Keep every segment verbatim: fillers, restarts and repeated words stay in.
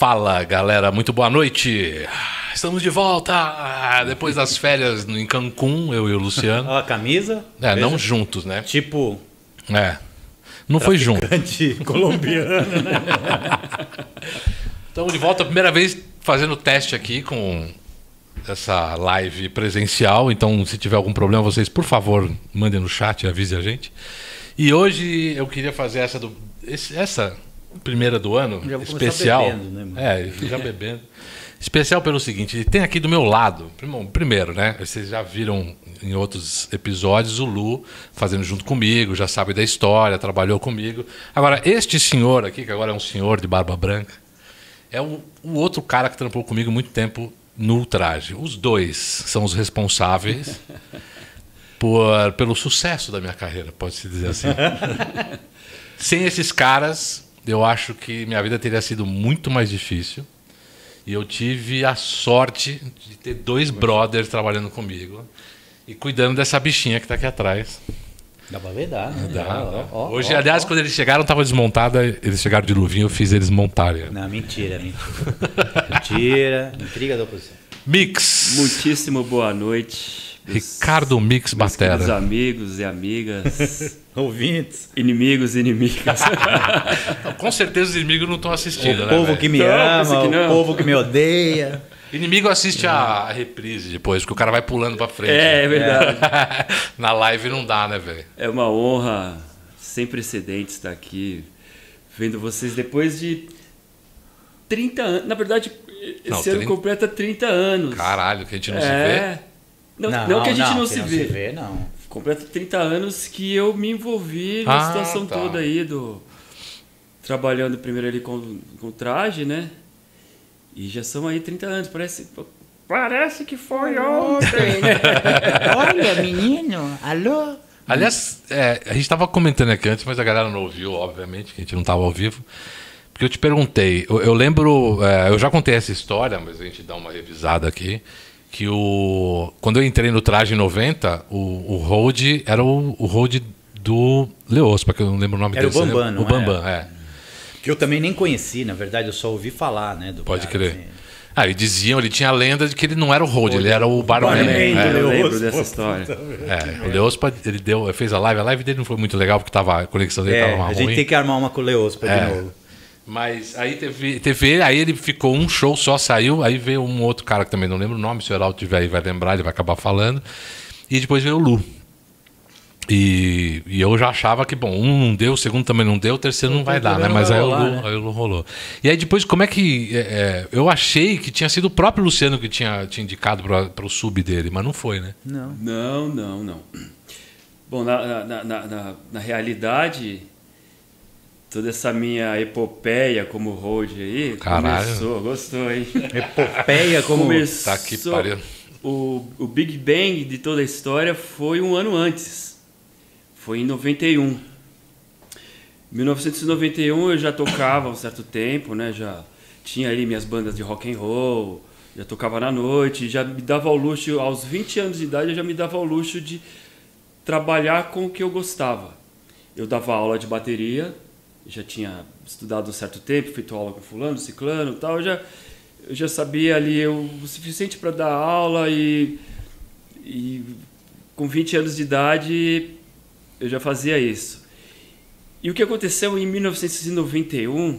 Fala, galera, muito boa noite. Estamos de volta depois das férias em Cancún, eu e o Luciano. Ó, a camisa? É, não juntos, né? Tipo... É, não foi junto. Colombiano, né? Estamos de volta, a primeira vez fazendo teste aqui com essa live presencial. Então, se tiver algum problema, vocês, por favor, mandem no chat e avisem a gente. E hoje eu queria fazer essa do... Esse, essa... primeira do ano, já vou especial, bebendo, né, mano? É, já bebendo. Especial pelo seguinte, tem aqui do meu lado, primeiro, né? Vocês já viram em outros episódios o Lu fazendo junto comigo, já sabe da história, trabalhou comigo. Agora, este senhor aqui, que agora é um senhor de barba branca, é o, o outro cara que trampou comigo muito tempo no Ultraje. Os dois são os responsáveis por, pelo sucesso da minha carreira, pode-se dizer assim. Sem esses caras, eu acho que minha vida teria sido muito mais difícil. E eu tive a sorte de ter dois brothers trabalhando comigo e cuidando dessa bichinha que está aqui atrás. Dá pra ver, dá. Né? Dá, ó, dá. Ó, Hoje, ó, aliás, ó. Quando eles chegaram, estava desmontada. Eles chegaram de luvinha, eu fiz eles montarem. Não, mentira, mentira. Mentira, intriga da oposição. Mix. Muitíssimo boa noite. Ricardo Mix Batera. Meus amigos e amigas. Ouvintes. Inimigos e inimigas. Com certeza os inimigos não estão assistindo, o né? povo véio? que me não, ama, que o povo que me odeia. Inimigo assiste a, a reprise depois, porque o cara vai pulando pra frente. É, é verdade. Na live não dá, né, velho? É uma honra sem precedentes estar aqui vendo vocês depois de trinta anos. Na verdade, esse não, ano trinta... completa trinta anos. Caralho, que a gente não é... se vê. Não, não, não que a gente não, não, que se, não vê. se vê. Não. Completa trinta anos que eu me envolvi na ah, situação tá. toda aí do... Trabalhando primeiro ali com, com traje, né? E já são aí trinta anos. Parece, parece que foi ontem, né? Olha, menino, alô? Aliás, é, a gente estava comentando aqui antes, mas a galera não ouviu, obviamente, que a gente não estava ao vivo. Porque eu te perguntei, eu, eu lembro, é, eu já contei essa história, mas a gente dá uma revisada aqui. Que o, quando eu entrei no Traje em noventa, o, o hold era o, o hold do Leospa, que eu não lembro o nome era dele. Era o Bambam, não O Bambam, é? é. Que eu também nem conheci, na verdade, eu só ouvi falar, né? Do Pode cara, crer. assim. Ah, e diziam, ele tinha a lenda de que ele não era o hold, ele era o barman. barman, É, eu lembro Leospa, dessa história. é, o Leospa, ele deu, fez a live, a live dele não foi muito legal, porque tava, a conexão dele É, estava a gente ruim. tem que armar uma com o Leospa É. de novo. Mas aí teve, teve ele, aí ele ficou um show só, saiu, aí veio um outro cara que também não lembro o nome, se o Heraldo tiver aí vai lembrar, ele vai acabar falando. E depois veio o Lu. E, e eu já achava que, bom, um não deu, o segundo também não deu, o terceiro não vai dar, né? Mas aí, rolar, o Lu, né? aí o Lu rolou. E aí depois, como é que... É, eu achei que tinha sido o próprio Luciano que tinha, tinha indicado para o sub dele, mas não foi, né? Não. Não, não, não. Bom, na, na, na, na, na realidade... Toda essa minha epopeia como hold aí, Caralho. começou, gostou, hein? Epopeia como... Começou, tá aqui, pariu. O, o Big Bang de toda a história foi um ano antes. Foi em noventa e um. Em mil novecentos e noventa e um eu já tocava há um certo tempo, né? Já tinha ali minhas bandas de rock and roll, já tocava na noite, já me dava ao luxo, aos vinte anos de idade eu já me dava ao luxo de trabalhar com o que eu gostava. Eu dava aula de bateria, já tinha estudado um certo tempo, feito aula com fulano, ciclano e tal, eu já, eu já sabia ali eu, o suficiente para dar aula e, e com vinte anos de idade eu já fazia isso. E o que aconteceu em mil novecentos e noventa e um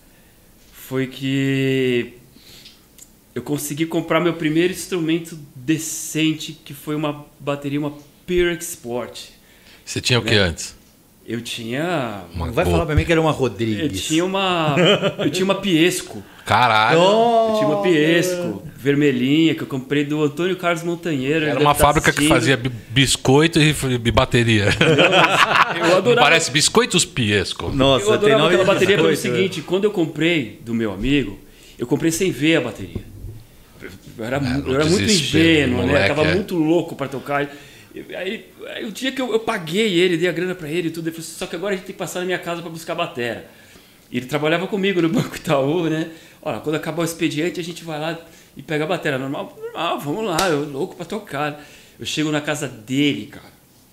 foi que eu consegui comprar meu primeiro instrumento decente, que foi uma bateria, uma Pyrex Sport. Você tinha o que né? antes? Eu tinha... Não vai falar pra mim que era uma Rodrigues. Eu tinha uma... Eu tinha uma Piesco. Caralho! Eu tinha uma Piesco, vermelhinha, que eu comprei do Antônio Carlos Montanheiro. Era uma fábrica que fazia biscoito e bateria. Não, eu adorava... Não parece biscoitos Piesco. Nossa, eu adorava tem aquela bateria pelo biscoito, seguinte, quando eu comprei do meu amigo, eu comprei sem ver a bateria. Eu era, É, eu era muito ingênuo, moleque, né? Eu tava é. muito louco para tocar. Aí, aí o dia que eu, eu paguei ele, dei a grana para ele e tudo, ele falou, só que agora a gente tem que passar na minha casa para buscar a batera. E ele trabalhava comigo no Banco Itaú, né? Olha, quando acabar o expediente a gente vai lá e pega a batera. Normal, normal, vamos lá, eu louco para tocar. Eu chego na casa dele, cara.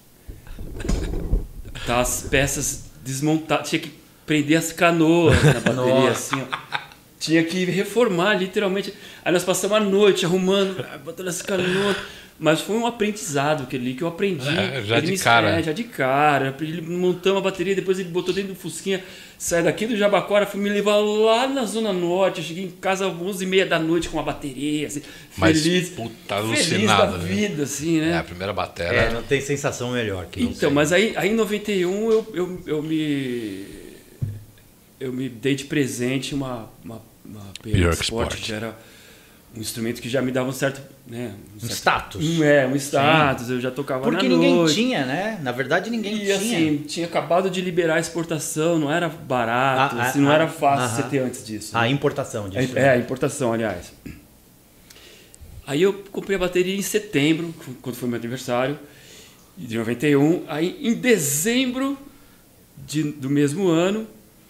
Tá as peças desmontadas, tinha que prender as canoas na bateria, assim, ó. tinha que reformar, literalmente. Aí nós passamos a noite arrumando, botando essa canota. Mas foi um aprendizado aquele ali que eu aprendi. É, já ele de me, cara. É, já de cara. Ele montamos a bateria, depois ele botou dentro do Fusquinha, sai daqui do Jabaquara, foi me levar lá na Zona Norte. Eu cheguei em casa às onze e meia da noite com a bateria, assim, Mas, feliz. puta, feliz alucinado, da né? vida, assim, né? É, a primeira bateria. É, não tem sensação melhor que Então, mas aí, aí em noventa e um eu, eu, eu me eu me dei de presente uma, uma, uma Björk Sport, Sport. que era um instrumento que já me dava um certo... Né, um, Um certo, status. Um, é, um status, eu já tocava Porque na ninguém noite. tinha, né? Na verdade, ninguém E tinha. assim, tinha acabado de liberar a exportação, não era barato, Ah, assim, ah, não ah, era fácil aham. você ter antes disso. A né? importação disso. É, a importação, aliás. Aí eu comprei a bateria em setembro, quando foi meu aniversário, de noventa e um. Aí em dezembro de, do mesmo ano,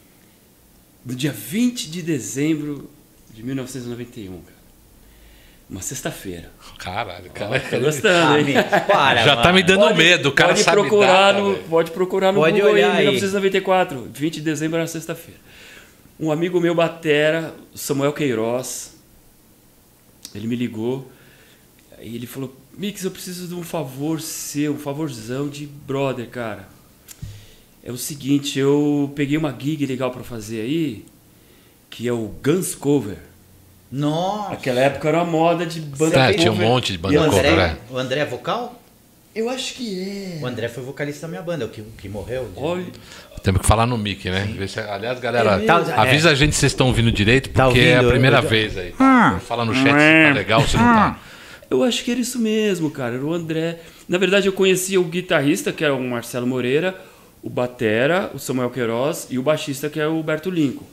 no dia vinte de dezembro de mil novecentos e noventa e um, cara. Uma sexta-feira. Caralho, Tá cara. gostando, Ah, hein? me- para, Já tá me mano. dando Pode- medo, o cara pode sabe procurar data, no, velho. Pode procurar no Pode Google olhar aí, aí. mil novecentos e noventa e quatro, vinte de dezembro era sexta-feira. Um amigo meu batera, Samuel Queiroz, ele me ligou e ele falou: Mix, eu preciso de um favor seu, um favorzão de brother, cara. É o seguinte, eu peguei uma gig legal pra fazer aí, que é o Guns Cover. Nossa. Naquela época era uma moda de banda É, cover. tinha um monte de E banda o cover, André, né? o André é vocal? Eu acho que é. O André foi vocalista da minha banda, o que, que morreu. de- Olha, Temos que falar no mic, né? Ver se- aliás, galera, É mesmo? Tá- avisa a gente se vocês estão ouvindo direito, porque Tá é a ouvindo? primeira Eu tô- vez aí. Fala no chat se tá legal, se não tá. eu acho que era isso mesmo, cara. Era o André. Na verdade, eu conhecia o guitarrista, que era o Marcelo Moreira, o batera, o Samuel Queiroz, e o baixista, que é o Berto Lincoln.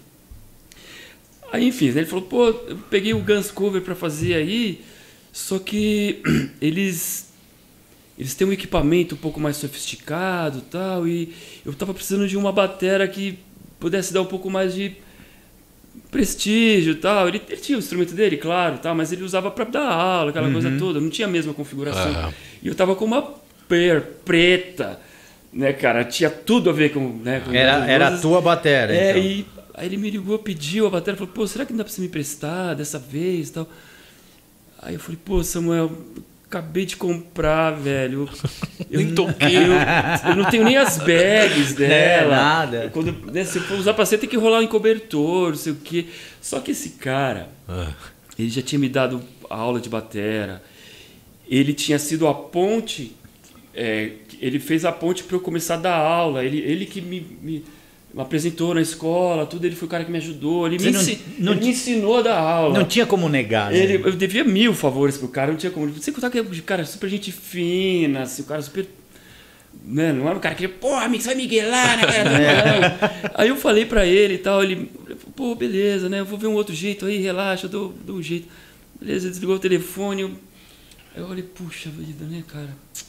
Aí, enfim, ele falou, pô, eu peguei o Guns Cover pra fazer aí, só que eles eles têm um equipamento um pouco mais sofisticado e tal, e eu tava precisando de uma batera que pudesse dar um pouco mais de prestígio e tal. Ele, ele tinha o instrumento dele, claro, tal, mas ele usava para dar aula, aquela coisa toda, não tinha a mesma configuração. Aham. E eu tava com uma per preta, né, cara? Tinha tudo a ver com... Né, com Era, as era a luzes. tua batera, É, então. e aí ele me ligou, pediu a bateria, falou, pô, será que não dá pra você me emprestar dessa vez e tal? Aí eu falei, pô, Samuel, acabei de comprar, velho. Eu Nem toquei. Eu, eu não tenho nem as bags dela. É, nada. Quando, né, se for usar pra você, tem que rolar em cobertor, não sei o quê. Só que esse cara, Ah, ele já tinha me dado aula de batera. Ele tinha sido a ponte... é, ele fez a ponte para eu começar a dar aula. Ele, ele que me, me, me apresentou na escola, tudo. Ele foi o cara que me ajudou. Ele, me, Você não- ensi- não ele ti- me ensinou a dar aula. Não tinha como negar, né? Ele, eu devia mil favores pro cara, não tinha como. Você contar que o cara é super gente fina, assim, o cara super. Né, não era um cara que, pô, amigo, você vai miguelar, né, cara? Não. Aí eu falei pra ele e tal, ele, ele falou, pô, beleza, né? Eu vou ver um outro jeito aí, relaxa, eu dou, dou um jeito. Beleza, ele desligou o telefone. Eu, eu olhei, puxa vida, né, cara?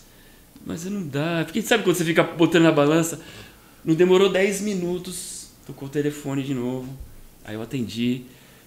Mas não dá. Porque sabe quando você fica botando na balança? Não demorou dez minutos, tocou o telefone de novo. Aí eu atendi.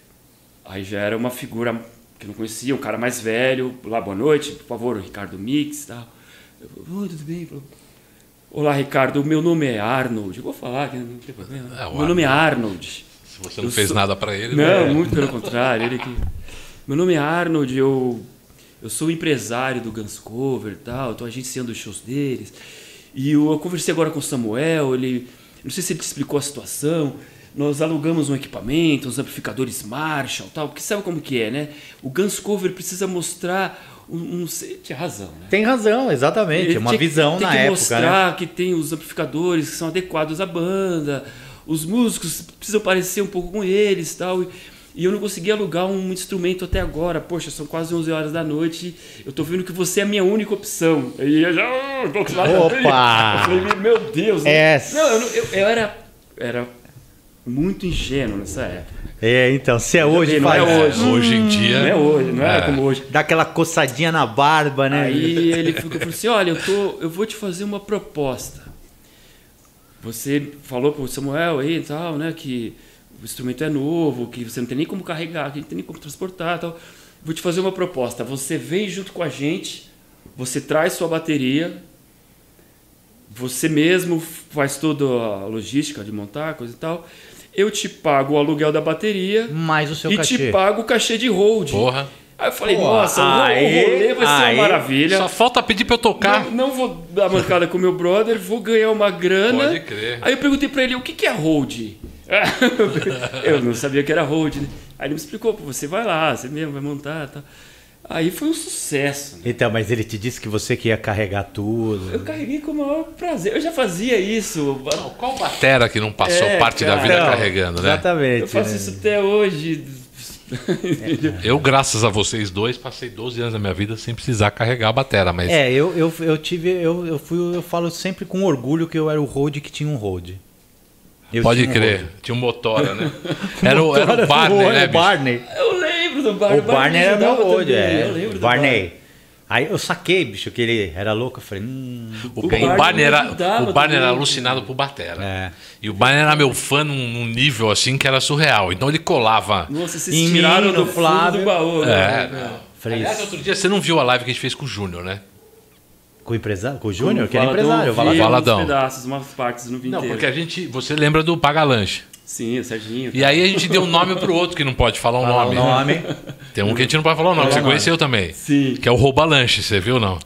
Aí já era uma figura que eu não conhecia, um cara mais velho. Lá, boa noite, por favor, o Ricardo Mix e tal. Eu falei, oi, tudo bem? Ele falou, olá, Ricardo, meu nome é Arnold. Eu vou falar, que não tem problema. É, o meu nome é Arnold. se você não Eu fez sou- nada pra ele, Não, né? muito pelo contrário. Ele que... Meu nome é Arnold, eu, eu sou empresário do Guns Cover e tal, estou agenciando os shows deles. E eu, eu conversei agora com o Samuel, ele, não sei se ele te explicou a situação. Nós alugamos um equipamento, uns amplificadores Marshall e tal, porque sabe como que é, né? O Guns Cover precisa mostrar um... um você tinha razão, né? Tem razão, exatamente. Ele Uma tinha que- visão tem na que época, mostrar né? que tem os amplificadores que são adequados à banda, os músicos precisam parecer um pouco com eles e tal. E, e eu não consegui alugar um instrumento até agora. Poxa, são quase onze horas da noite. Eu tô vendo que você é a minha única opção. E eu já. ah, do outro lado, Opa! Eu falei, meu Deus. né? É. Não, eu, não- eu, eu era, era muito ingênuo nessa época. É, então, se é hoje, não é faz- hoje. Hoje em dia. Não é hoje, não era É. como hoje. Dá aquela coçadinha na barba, né? Aí ele ficou, falou assim, olha, eu, tô, eu vou te fazer uma proposta. Você falou pro Samuel aí e tal, né, que o instrumento é novo, que você não tem nem como carregar, que não tem nem como transportar e tal. Vou te fazer uma proposta. Você vem junto com a gente, você traz sua bateria, você mesmo faz toda a logística de montar, coisa e tal. eu te pago o aluguel da bateria Mais o seu e cachê. te pago o cachê de hold. Porra. Aí eu falei, Pô, nossa, o aí- rolê vai ser aí- uma maravilha. Só falta pedir pra eu tocar. Não, não vou dar mancada com meu brother, vou ganhar uma grana. Pode crer. Aí eu perguntei pra ele, o que, que é hold? Eu não sabia que era hold, né? Aí ele me explicou, pô, você vai lá, você mesmo vai montar e tal. Aí foi um sucesso. Né? Então, mas ele te disse que você que ia carregar tudo. Eu carreguei com o maior prazer. Eu já fazia isso. Qual batera que não passou É, parte da cara. vida Não, carregando, né? Exatamente. Eu faço né? isso até hoje. Eu, graças a vocês dois, passei doze anos da minha vida sem precisar carregar a batera, mas É, eu, eu, eu tive. Eu, eu, fui, eu falo sempre com orgulho que eu era o road que tinha um road. Eu pode tinha um crer. road. Tinha um motora, né? Era o, era o Barney, Era né, o bicho? Barney. Eu lembro do Barney. O Barney era meu ajudava road, também, é. Eu lembro O do Barney. Aí eu saquei, bicho, que ele era louco. Eu falei, hum. O, O o Barney Barney era, ajudava o Barney era também. alucinado por batera. É. E o Barney era meu fã num, num nível assim que era surreal. Então ele colava. Nossa, vocês Em tiraram mim, do no fundo Flávio. do baú. É, né? não. Falei, Aliás, outro dia você não viu a live que a gente fez com o Júnior, né? com o empresário? Com o Júnior, Com que era Valadão, empresário. o vi Valadão. Valadão. uns pedaços, umas partes, não vi Não, inteiro. porque a gente. Você lembra do Paga Lanche. Sim, o Serginho. E aí a gente deu um nome pro outro que não pode falar o Fala nome. o nome. Tem um que a gente não pode falar o nome, Fala você o nome. conheceu também. Sim. Que é o Rouba Lanche, você viu não?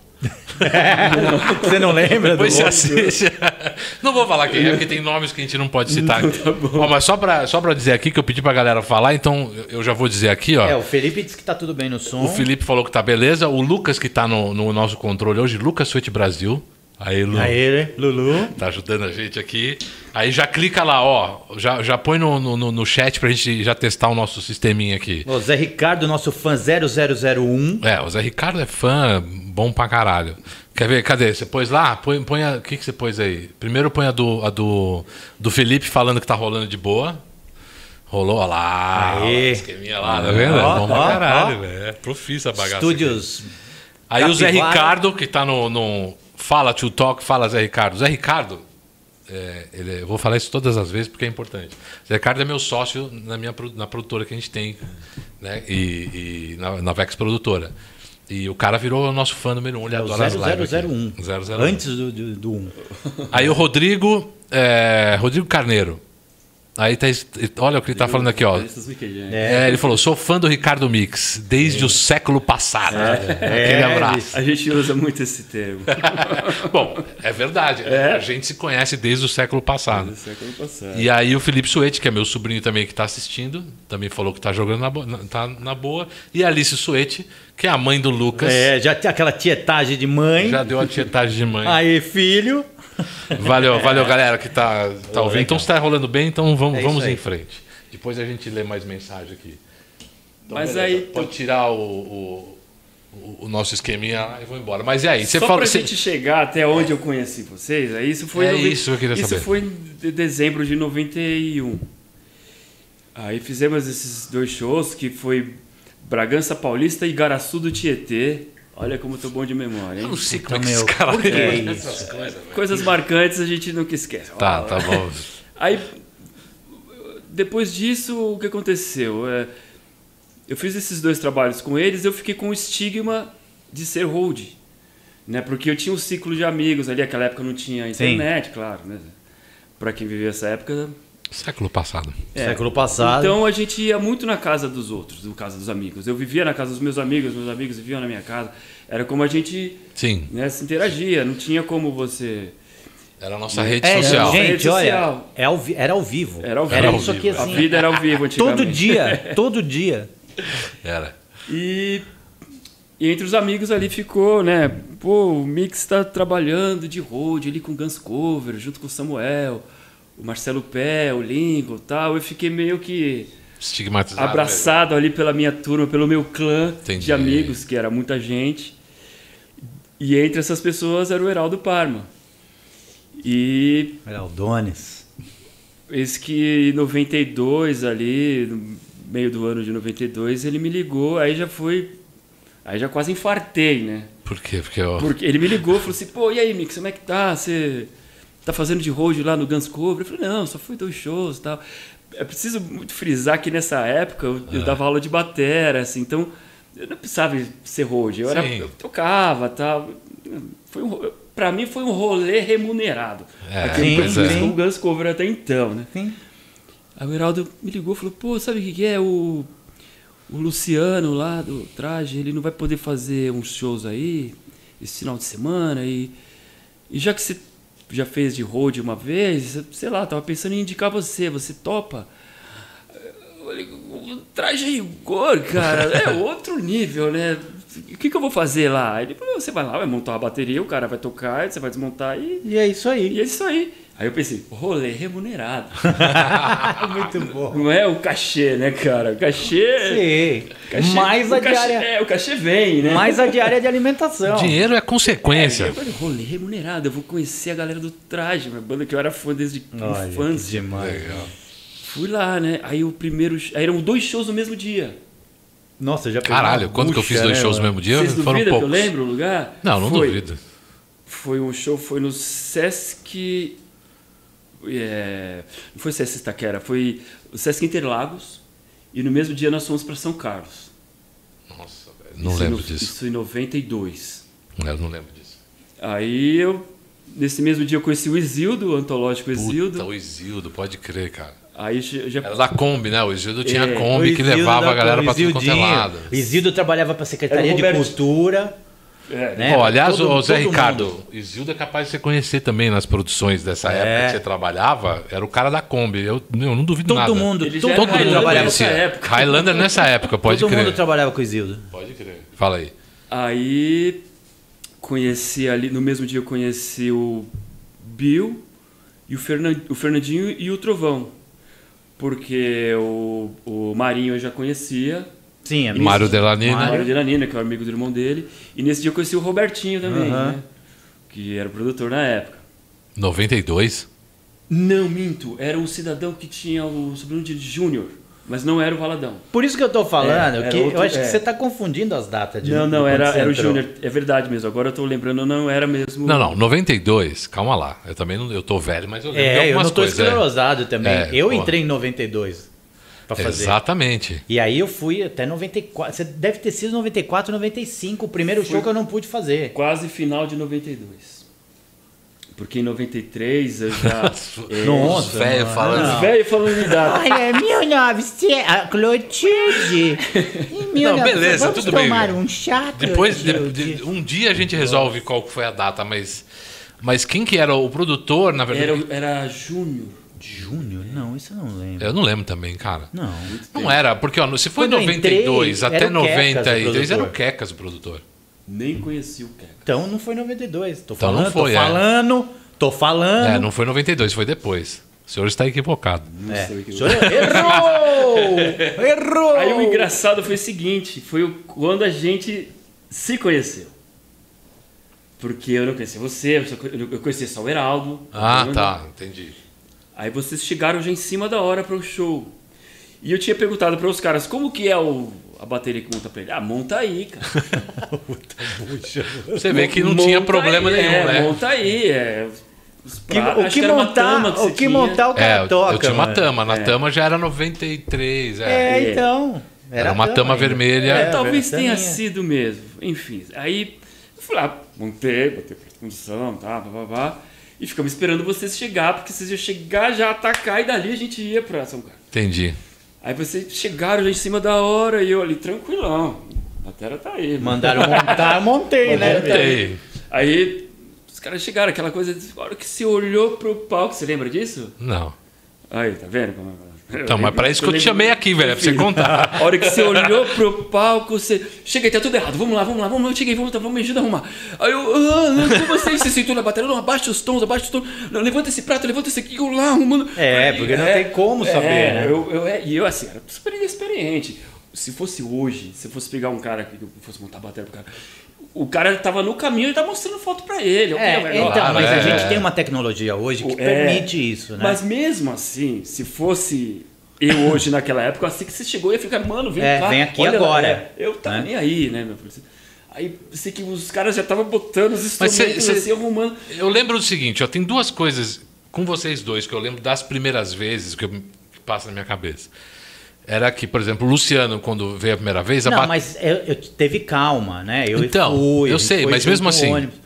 Você não lembra do Depois você road? assiste. Não vou falar quem é, porque tem nomes que a gente não pode citar. Tá bom. Ó, mas só pra, só pra dizer aqui que eu pedi pra galera falar, então eu- eu já vou dizer aqui, ó. É, o Felipe disse que tá tudo bem no som. O Felipe falou que tá beleza. O Lucas que tá no, no nosso controle hoje, Lucas Suete Brasil. Aí, Lu, Aí, Lulu. tá ajudando a gente aqui. Aí já clica lá, ó. Já, já põe no, no, no chat pra gente já testar o nosso sisteminha aqui. O Zé Ricardo, nosso fã zero zero zero um. É, o Zé Ricardo é fã bom pra caralho. Quer ver? Cadê? Você pôs lá? Põe, põe a. O que, que você pôs aí? Primeiro põe a do, a do, do Felipe falando que tá rolando de boa. Rolou, ó lá. Aê. Ó, esqueminha lá, tá vendo? Ó, É bom pra ó, caralho, ó. velho. É profissa a bagaça. Estúdios. Aí o Zé Capivara. Ricardo, que tá no, no Fala to Talk, fala Zé Ricardo. Zé Ricardo, é, ele, eu vou falar isso todas as vezes porque é importante. Zé Ricardo é meu sócio na minha pro- na produtora que a gente tem, né? E, e na, na Vex Produtora. E o cara virou o nosso fã número um, ele É o adora as zero zero lives. zero aqui. um. zero zero um. Antes do, do, do um. Aí o Rodrigo, é, Rodrigo Carneiro. Aí tá, es- olha o que ele tá falando aqui, ó. Essas miquejinhas. É, ele falou: sou fã do Ricardo Mix desde o século passado. Aquele É, abraço. A gente usa muito esse termo. Bom, é verdade. né? A gente se conhece desde o século passado. Do século passado. E aí o Felipe Suete, que é meu sobrinho também que está assistindo, também falou que está jogando na, bo na, tá na boa. E a Alice Suete, que é a mãe do Lucas, É, já tinha aquela tietagem de mãe. já deu a tietagem de mãe. Aí, filho. Valeu, valeu galera que tá, tá ouvindo. Então se tá rolando bem, então vamos, É vamos isso aí. em frente. Depois a gente lê mais mensagem aqui. Então, Mas beleza. aí- Pode tirar o, o, o- o nosso esqueminha lá e vou embora. Mas e aí? Você Só fala. pra Você... gente chegar até onde eu conheci vocês, aí isso foi... É noven- isso que eu queria isso saber. foi em de- dezembro de noventa e um. Aí fizemos esses dois shows, que foi Bragança Paulista e Igaraçu do Tietê. Olha como eu tô bom de memória, Eu hein? não sei como é Então, que esse meu, cara por que lembra isso? dessas coisas, velho. Coisas marcantes a gente nunca esquece. Tá, tá bom. Aí, depois disso, o que aconteceu? É, eu fiz esses dois trabalhos com eles, eu fiquei com o estigma de ser hold. Né? Porque eu tinha um ciclo de amigos ali, aquela época não tinha internet, claro. Né? Para quem viveu essa época... Século passado. é. Século passado. Então a gente ia muito na casa dos outros, no casa dos amigos. Eu vivia na casa dos meus amigos, meus amigos viviam na minha casa. Era como a gente Sim, né, se interagia, não tinha como você... era a nossa rede É, social. Rede gente, olha, social. é ao vi- era ao vivo. Era ao vivo. Era isso aqui A assim. A vida era ao vivo antigamente. Todo dia, todo dia. Era. E, e entre os amigos ali ficou, né? Pô, o Mix tá trabalhando de road ali com Guns Cover, junto com o Samuel, o Marcelo Pé, o Lincoln e tal. Eu fiquei meio que Estigmatizado. abraçado ali pela minha turma, pelo meu clã Entendi. de amigos, que era muita gente. E entre essas pessoas era o Heraldo Parma. E Olha, o Donis. esse que em noventa e dois ali, no meio do ano de noventa e dois, ele me ligou, aí já foi... Aí já quase infartei, né? Por quê? Porque eu... Porque ele me ligou e falou assim, pô, e aí, Mix, como é que tá? Você tá fazendo de road lá no Guns Cover? Eu falei, não, só fui dois shows e tal. É preciso muito frisar que nessa época eu, eu dava aula de batera, assim, então eu não precisava ser road, eu, era, Sim. eu tocava e tal. Foi um, ro- pra mim foi um rolê remunerado. É, Aquele sim, que eu fiz sim. com o Guns Cover até então, né? Sim. Aí o Heraldo me ligou e falou, pô, sabe o que, que é? O, o Luciano lá do Traje, ele não vai poder fazer uns shows aí esse final de semana. E, e já que você já fez de road uma vez, sei lá, tava pensando em indicar você, você topa? Eu falei, o Traje a Rigor, cara, é outro nível, né? O que, que eu vou fazer lá? Ele falou, você vai lá, vai montar uma bateria, o cara vai tocar, você vai desmontar e... E é isso aí. E é isso aí. Aí eu pensei, rolê remunerado. Muito bom. Não é o cachê, né, cara? O cachê... Sim. cachê mais o a cachê, diária. É, o cachê vem, né? Mais a diária de alimentação. Dinheiro é consequência. É, eu falei, rolê remunerado, eu vou conhecer a galera do Traje, uma banda que eu era fã desde Olha, infância. que demais. Legal. Fui lá, né? Aí o primeiro... Aí eram dois shows no mesmo dia. Nossa, já pegou Caralho, uma quando que eu fiz bucha, dois né, shows no mano? mesmo dia? Vocês Foram duvidam que poucos. eu lembro o lugar? Não, não foi, duvido. Foi um show, foi no Sesc... É, não foi Sesc Itaquera, foi o Sesc Interlagos. E no mesmo dia nós fomos para São Carlos. Nossa, velho. Não Isso lembro no, disso. Isso em noventa e dois. Eu não lembro disso. Aí eu... Nesse mesmo dia eu conheci o Isildo, o antológico Isildo. Puta, o Isildo, pode crer, cara. Aí já... Era da Kombi, né? O Isildo tinha É, Kombi O que Isildo levava da- a galera o pra tudo quanto é Isildinho. lado. O Isildo trabalhava pra Secretaria Era o de Roberto. Cultura. É, né? Ó, aliás, Todo- o Zé todo Ricardo, mundo. Isildo é capaz de você conhecer também nas produções dessa É. época que você trabalhava. Era o cara da Kombi. Eu, eu não duvido Todo nada. mundo, Ele já todo era mundo Highlander trabalhava nessa com época. Highlander nessa época, pode Todo crer. mundo trabalhava com o Isildo. Pode crer. Fala aí. Aí conheci ali, no mesmo dia eu conheci o Bill e o, Fernan, o Fernandinho e o Trovão. Porque o, o Marinho eu já conhecia. Sim, é Mário Delanina. Mário Delanina, que é o amigo do irmão dele. E nesse dia eu conheci o Robertinho também, Aham. né? Que era o produtor na época. noventa e dois? Não, minto. Era um cidadão que tinha o sobrenome de Júnior, mas não era o Valadão. Por isso que eu tô falando, É, era que outro- eu acho é. que você tá confundindo as datas de Não, de não, quando era, você era o entrou. Júnior. É verdade mesmo. Agora eu tô lembrando, não era mesmo. Não, não, noventa e dois, calma lá. Eu também não, eu tô velho, mas eu lembro de É, eu algumas não tô coisas. é. esclerosado também. É, eu pô. entrei em noventa e dois pra fazer. Exatamente. E aí eu fui até noventa e quatro. Você deve ter sido noventa e quatro, noventa e cinco, o primeiro show que eu não pude fazer. Quase final de noventa e dois. Porque em noventa e três eu já. é, Nossa, Os velhos mano, falando. não. Os velhos falando de data. Olha, mil e novecentos, a Clotilde. Em mil e Não, beleza, vamos tudo bem. tomar um chá, Depois, de- Clotilde? de- um dia a gente resolve qual que foi a data, mas, mas quem que era o produtor, na verdade? Era, era Júnior. Júnior? Não, isso eu não lembro. Eu não lembro também, cara. Não. Não era, porque ó, se foi Quando eu noventa e dois entrei, até era o Quecas o noventa e dois, era o produtor. Quecas o produtor. Nem conheci o Queca. Então não foi noventa e dois. Tô Então falando, não foi, tô é. falando, tô falando. É, não foi noventa e dois, foi depois. O senhor está equivocado. Não É. sei o que O senhor errou! Errou! Aí o engraçado foi o seguinte, foi o- quando a gente se conheceu. Porque eu não conhecia você, eu só co- eu conhecia só o Heraldo. Ah, a banda. tá, entendi. Aí vocês chegaram já em cima da hora para o show. E eu tinha perguntado para os caras, como que é o, a bateria que monta pra ele? Ah, monta aí, cara. Você vê que não Monta tinha problema aí, nenhum, é, né? Monta aí, é... os Que- pra- o acho que era uma montar, tama que o você que tinha. montar o cara É, eu, toca. eu tinha uma mano. tama. Na É. tama já era noventa e três. É. É, É. então. Era uma tama ainda. vermelha. É, talvez taminha. tenha sido mesmo. Enfim, aí eu fui lá, montei, botei condição, tá, pá, pá, pá, e ficamos esperando vocês chegar, porque vocês iam chegar, já atacar, e dali a gente ia pra São Carlos. Entendi. Aí vocês chegaram já em cima da hora, e eu ali, tranquilão, a terra tá aí. mano. Mandaram montar, eu montei, né? Montei. Aí os caras chegaram, aquela coisa, a hora que você olhou pro palco, você lembra disso? Não. Aí, tá vendo? como- Então, mas pra isso que eu te lembro- chamei aqui, velho, é pra você Enfim, contar. A hora que você olhou pro palco, você. Chega, tá tudo errado, vamos lá, vamos lá, vamos lá, eu cheguei, vamos, vamos, me ajuda a arrumar. Aí eu, ah, não, como você, você sentou na bateria, não, abaixa os tons, abaixa os tons, não, levanta esse prato, levanta esse aqui, eu lá arrumando. É, porque não tem como saber, é, né? Eu, eu, é, e eu, assim, era super inexperiente. Se fosse hoje, se eu fosse pegar um cara que eu fosse montar a bateria pro cara, o cara tava no caminho e tá mostrando foto pra ele. É, ok, então, melhor. mas a é. gente tem uma tecnologia hoje que É. permite isso, né? Mas mesmo assim, se fosse eu hoje naquela época, assim que você chegou, eu ia ficar, mano, vem É, cá. vem aqui olha lá, agora. é, eu tava Né? nem aí, né, meu filho? Aí sei que os caras já estavam botando os Mas cê- instrumentos cê- assim, arrumando. Eu lembro do seguinte, ó, tem duas coisas com vocês dois que eu lembro das primeiras vezes que, eu, que passa na minha cabeça. Era que, por exemplo, o Luciano, quando veio a primeira vez... a Não, ba- mas eu, eu teve calma, né? Eu Então, fui, eu a gente sei, foi mas junto mesmo no assim, ônibus.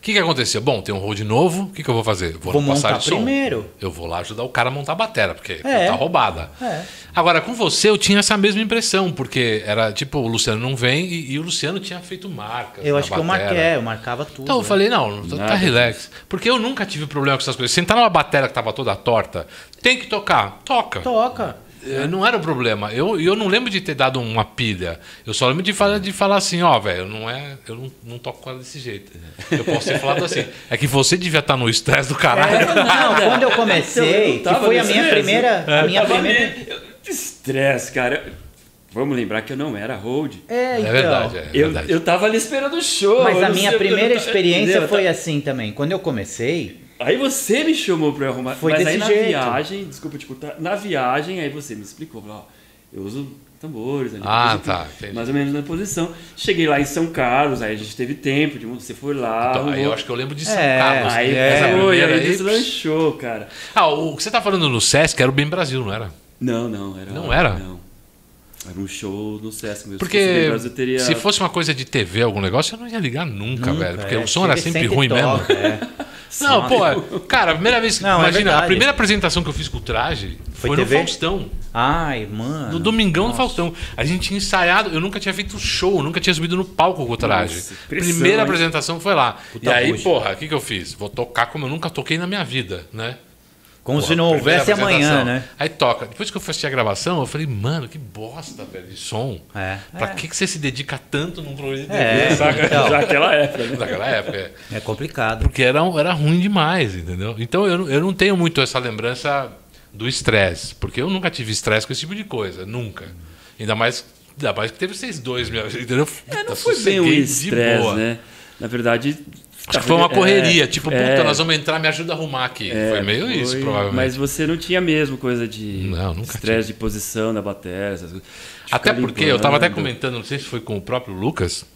que, que aconteceu? Bom, tem um road novo, o que, que eu vou fazer? Vou, Vou no passar montar de som. primeiro. Eu vou lá ajudar o cara a montar a bateria, porque É. tá roubada. É. Agora, com você, eu tinha essa mesma impressão, porque era tipo, o Luciano não vem e, e o Luciano tinha feito marcas. Eu na acho que eu batera. marquei, é, eu marcava tudo. Então eu né? falei, não, tá Nada relax. Porque eu nunca tive problema com essas coisas. Sentar numa bateria que tava toda torta, tem que tocar, toca. Toca. É, não era o problema. Eu, eu não lembro de ter dado uma pilha. Eu só lembro de falar, de falar assim, ó, velho, não é, eu não, não toco com ela desse jeito. Eu posso ter falado assim. É que você devia estar no estresse do caralho. É, não, quando eu comecei, Eu não que tava foi a nesse minha estresse. primeira. A minha Tava primeira. meio- eu- Estresse, cara. Vamos lembrar que eu não era hold. É, então. É verdade, é Eu, verdade. eu tava ali esperando o show. Mas eu a não minha sei- eu primeira não tava- experiência entendeu? foi Tá- assim também. Quando eu comecei, Aí você me chamou pra eu arrumar. Foi mas desse aí na jeito. viagem, desculpa te cortar, na viagem aí você me explicou, falou, ó, eu uso tambores ali. Ah, coisa tá, aqui, entendi. mais ou menos na posição. Cheguei lá em São Carlos, aí a gente teve tempo, de, você foi lá. Então, aí arrumou. eu acho que eu lembro de São É, Carlos. Aí Essa foi, primeira aí aí, deslanchou, cara. Ah, o que você tá falando no Sesc era o Bem Brasil, não era? Não, não, era. Não era? Não. Era um show no Sesc mesmo. Porque Se fosse bem Brasil, teria... se fosse uma coisa de T V, algum negócio, eu não ia ligar nunca, nunca, velho. Porque é, o som era chega e sempre senta e ruim mesmo. toca, é. Não, pô, cara, a primeira vez que. Não, é imagina, a verdade. primeira apresentação que eu fiz com o traje foi, Foi no T V? Faustão. Ai, mano. No Domingão Nossa. no Faustão. A gente tinha ensaiado, eu nunca tinha feito show, eu nunca tinha subido no palco com o traje. Nossa, pressão, Primeira hein? apresentação foi lá. Puta e aí, bucha. porra, o que, que eu fiz? Vou tocar como eu nunca toquei na minha vida, né? Como Porra, se não primeira houvesse amanhã, apresentação. né? Aí toca. Depois que eu assisti a gravação, eu falei, mano, que bosta, velho, de som. É. Pra É. que, que você se dedica tanto num programa de T V? É, saca? então. Já naquela época, né? Naquela época, é. É complicado. Porque era, era ruim demais, entendeu? Então eu, não- eu não tenho muito essa lembrança do estresse. Porque eu nunca tive estresse com esse tipo de coisa. Nunca. Ainda mais, ainda mais que teve vocês dois, minha entendeu? É, não Eu foi bem um sosseguei de estresse, boa. né? Na verdade... Acho que foi uma correria. É, tipo, é, puta, nós vamos entrar, me ajuda a arrumar aqui. é, foi meio isso, foi, provavelmente. Mas você não tinha mesmo coisa de Não, nunca estresse de posição da bateria, essas coisas. De Até ficar porque eu tava até limpando. comentando, não sei se foi com o próprio Lucas,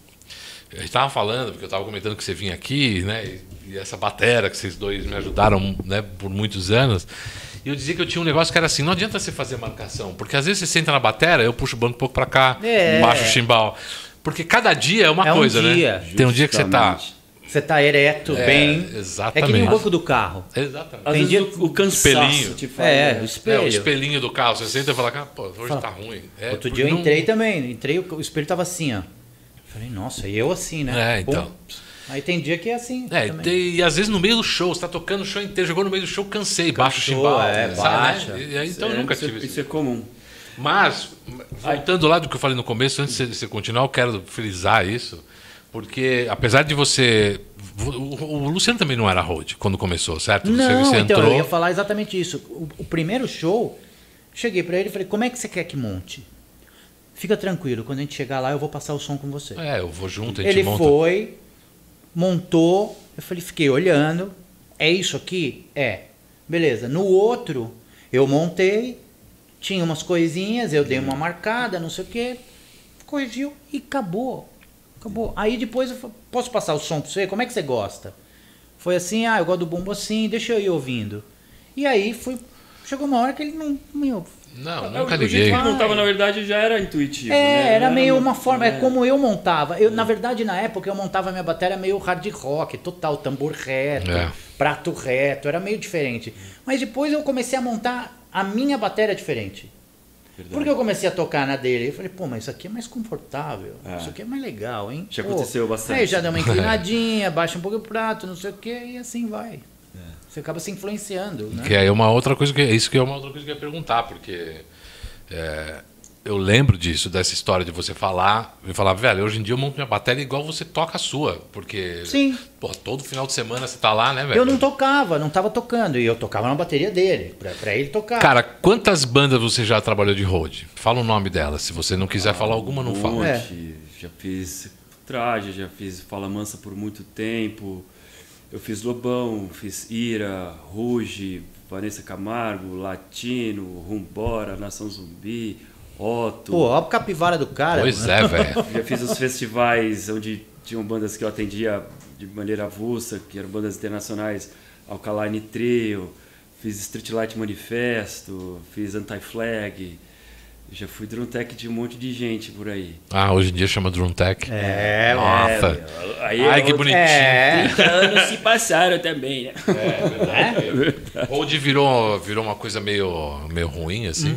a gente tava falando, porque eu tava comentando que você vinha aqui, né? E, e essa batera que vocês dois me ajudaram, né, por muitos anos. E eu dizia que eu tinha um negócio que era assim, não adianta você fazer marcação, porque às vezes você senta na batera, eu puxo o banco um pouco pra cá, É. baixo o chimbal. Porque cada dia é uma É um coisa, dia. né? Tem um dia que você tá. Justamente. Você tá ereto, É, bem. É que nem exatamente. o banco do carro. Exatamente. Às Tem vezes dia- o, o cansaço Espelhinho. te faz, É, né? o É, espelho. o espelhinho do carro, você senta e fala, cara, pô, hoje Fala. tá ruim. É, Outro porque dia eu não- entrei também. Entrei, o o espelho tava assim, ó. Falei, nossa, e eu assim, né? É, então. Pum. Aí tem dia que é assim. É, também. tem- e às vezes no meio do show, você tá tocando o show inteiro, jogou no meio do show, cansei, baixa o Cansou, chimbal. é, sabe, baixa. né? E, aí, então eu É, nunca isso, tive isso. isso é comum. Mas, voltando lá do que eu falei no começo, antes de você continuar, eu quero frisar isso, porque apesar de você. O, o Luciano também não era road quando começou, certo? Não, você, você então, entrou. eu ia falar exatamente isso. O, o primeiro show, cheguei pra ele e falei, como é que você quer que monte? Fica tranquilo, quando a gente chegar lá eu vou passar o som com você. É, eu vou junto, a gente Ele monta. foi, montou, eu falei, fiquei olhando, é isso aqui? É. Beleza, no outro eu montei, tinha umas coisinhas, eu dei uma marcada, não sei o que, corrigiu e acabou. Acabou. Aí depois eu falei, posso passar o som pra você? Como é que você gosta? Foi assim, ah, eu gosto do bumbo assim, deixa eu ir ouvindo. E aí fui, chegou uma hora que ele não, meu, Não, O- nunca o jeito liguei. que ele montava, na verdade, já era intuitivo. É, né? era Não meio uma forma, é é. como eu montava. Eu, na verdade, na época, eu montava minha bateria meio hard rock, total, tambor reto, É. prato reto, era meio diferente. Mas depois eu comecei a montar a minha bateria diferente. Verdade. Porque eu comecei a tocar na dele. Eu falei, pô, mas isso aqui é mais confortável. É. Isso aqui é mais legal, hein? Já Pô, aconteceu bastante. Aí já dá uma inclinadinha, baixa um pouco o prato, não sei o quê, e assim vai. Você acaba se influenciando, né? Que aí é uma outra coisa que é isso que é uma outra coisa que eu ia perguntar, porque é, eu lembro disso, dessa história de você falar, e falar, velho, hoje em dia eu monto minha bateria igual você toca a sua, porque Sim. pô, todo final de semana você tá lá, né, velho? Eu não tocava, não tava tocando. E eu tocava na bateria dele, pra, pra ele tocar. Cara, quantas bandas você já trabalhou de road? Fala o nome delas. Se você não quiser falar alguma, não Um fala. É. monte. Já fiz Traje, já fiz Fala Mansa por muito tempo. Eu fiz Lobão, fiz Ira, Ruge, Vanessa Camargo, Latino, Rumbora, Nação Zumbi, Otto. Pô, ó a capivara do cara. Pois né? é, velho. Já fiz os festivais onde tinham bandas que eu atendia de maneira avulsa, que eram bandas internacionais, Alkaline Trio, fiz Streetlight Manifesto, fiz Anti-Flag, Já fui drum tech de um monte de gente por aí. Ah, hoje em dia chama Drum Tech. É, Nossa. É, aí Ai, é que outro- bonitinho. É. trinta anos se passaram também, né? Hoje virou, virou uma coisa meio, meio ruim, assim.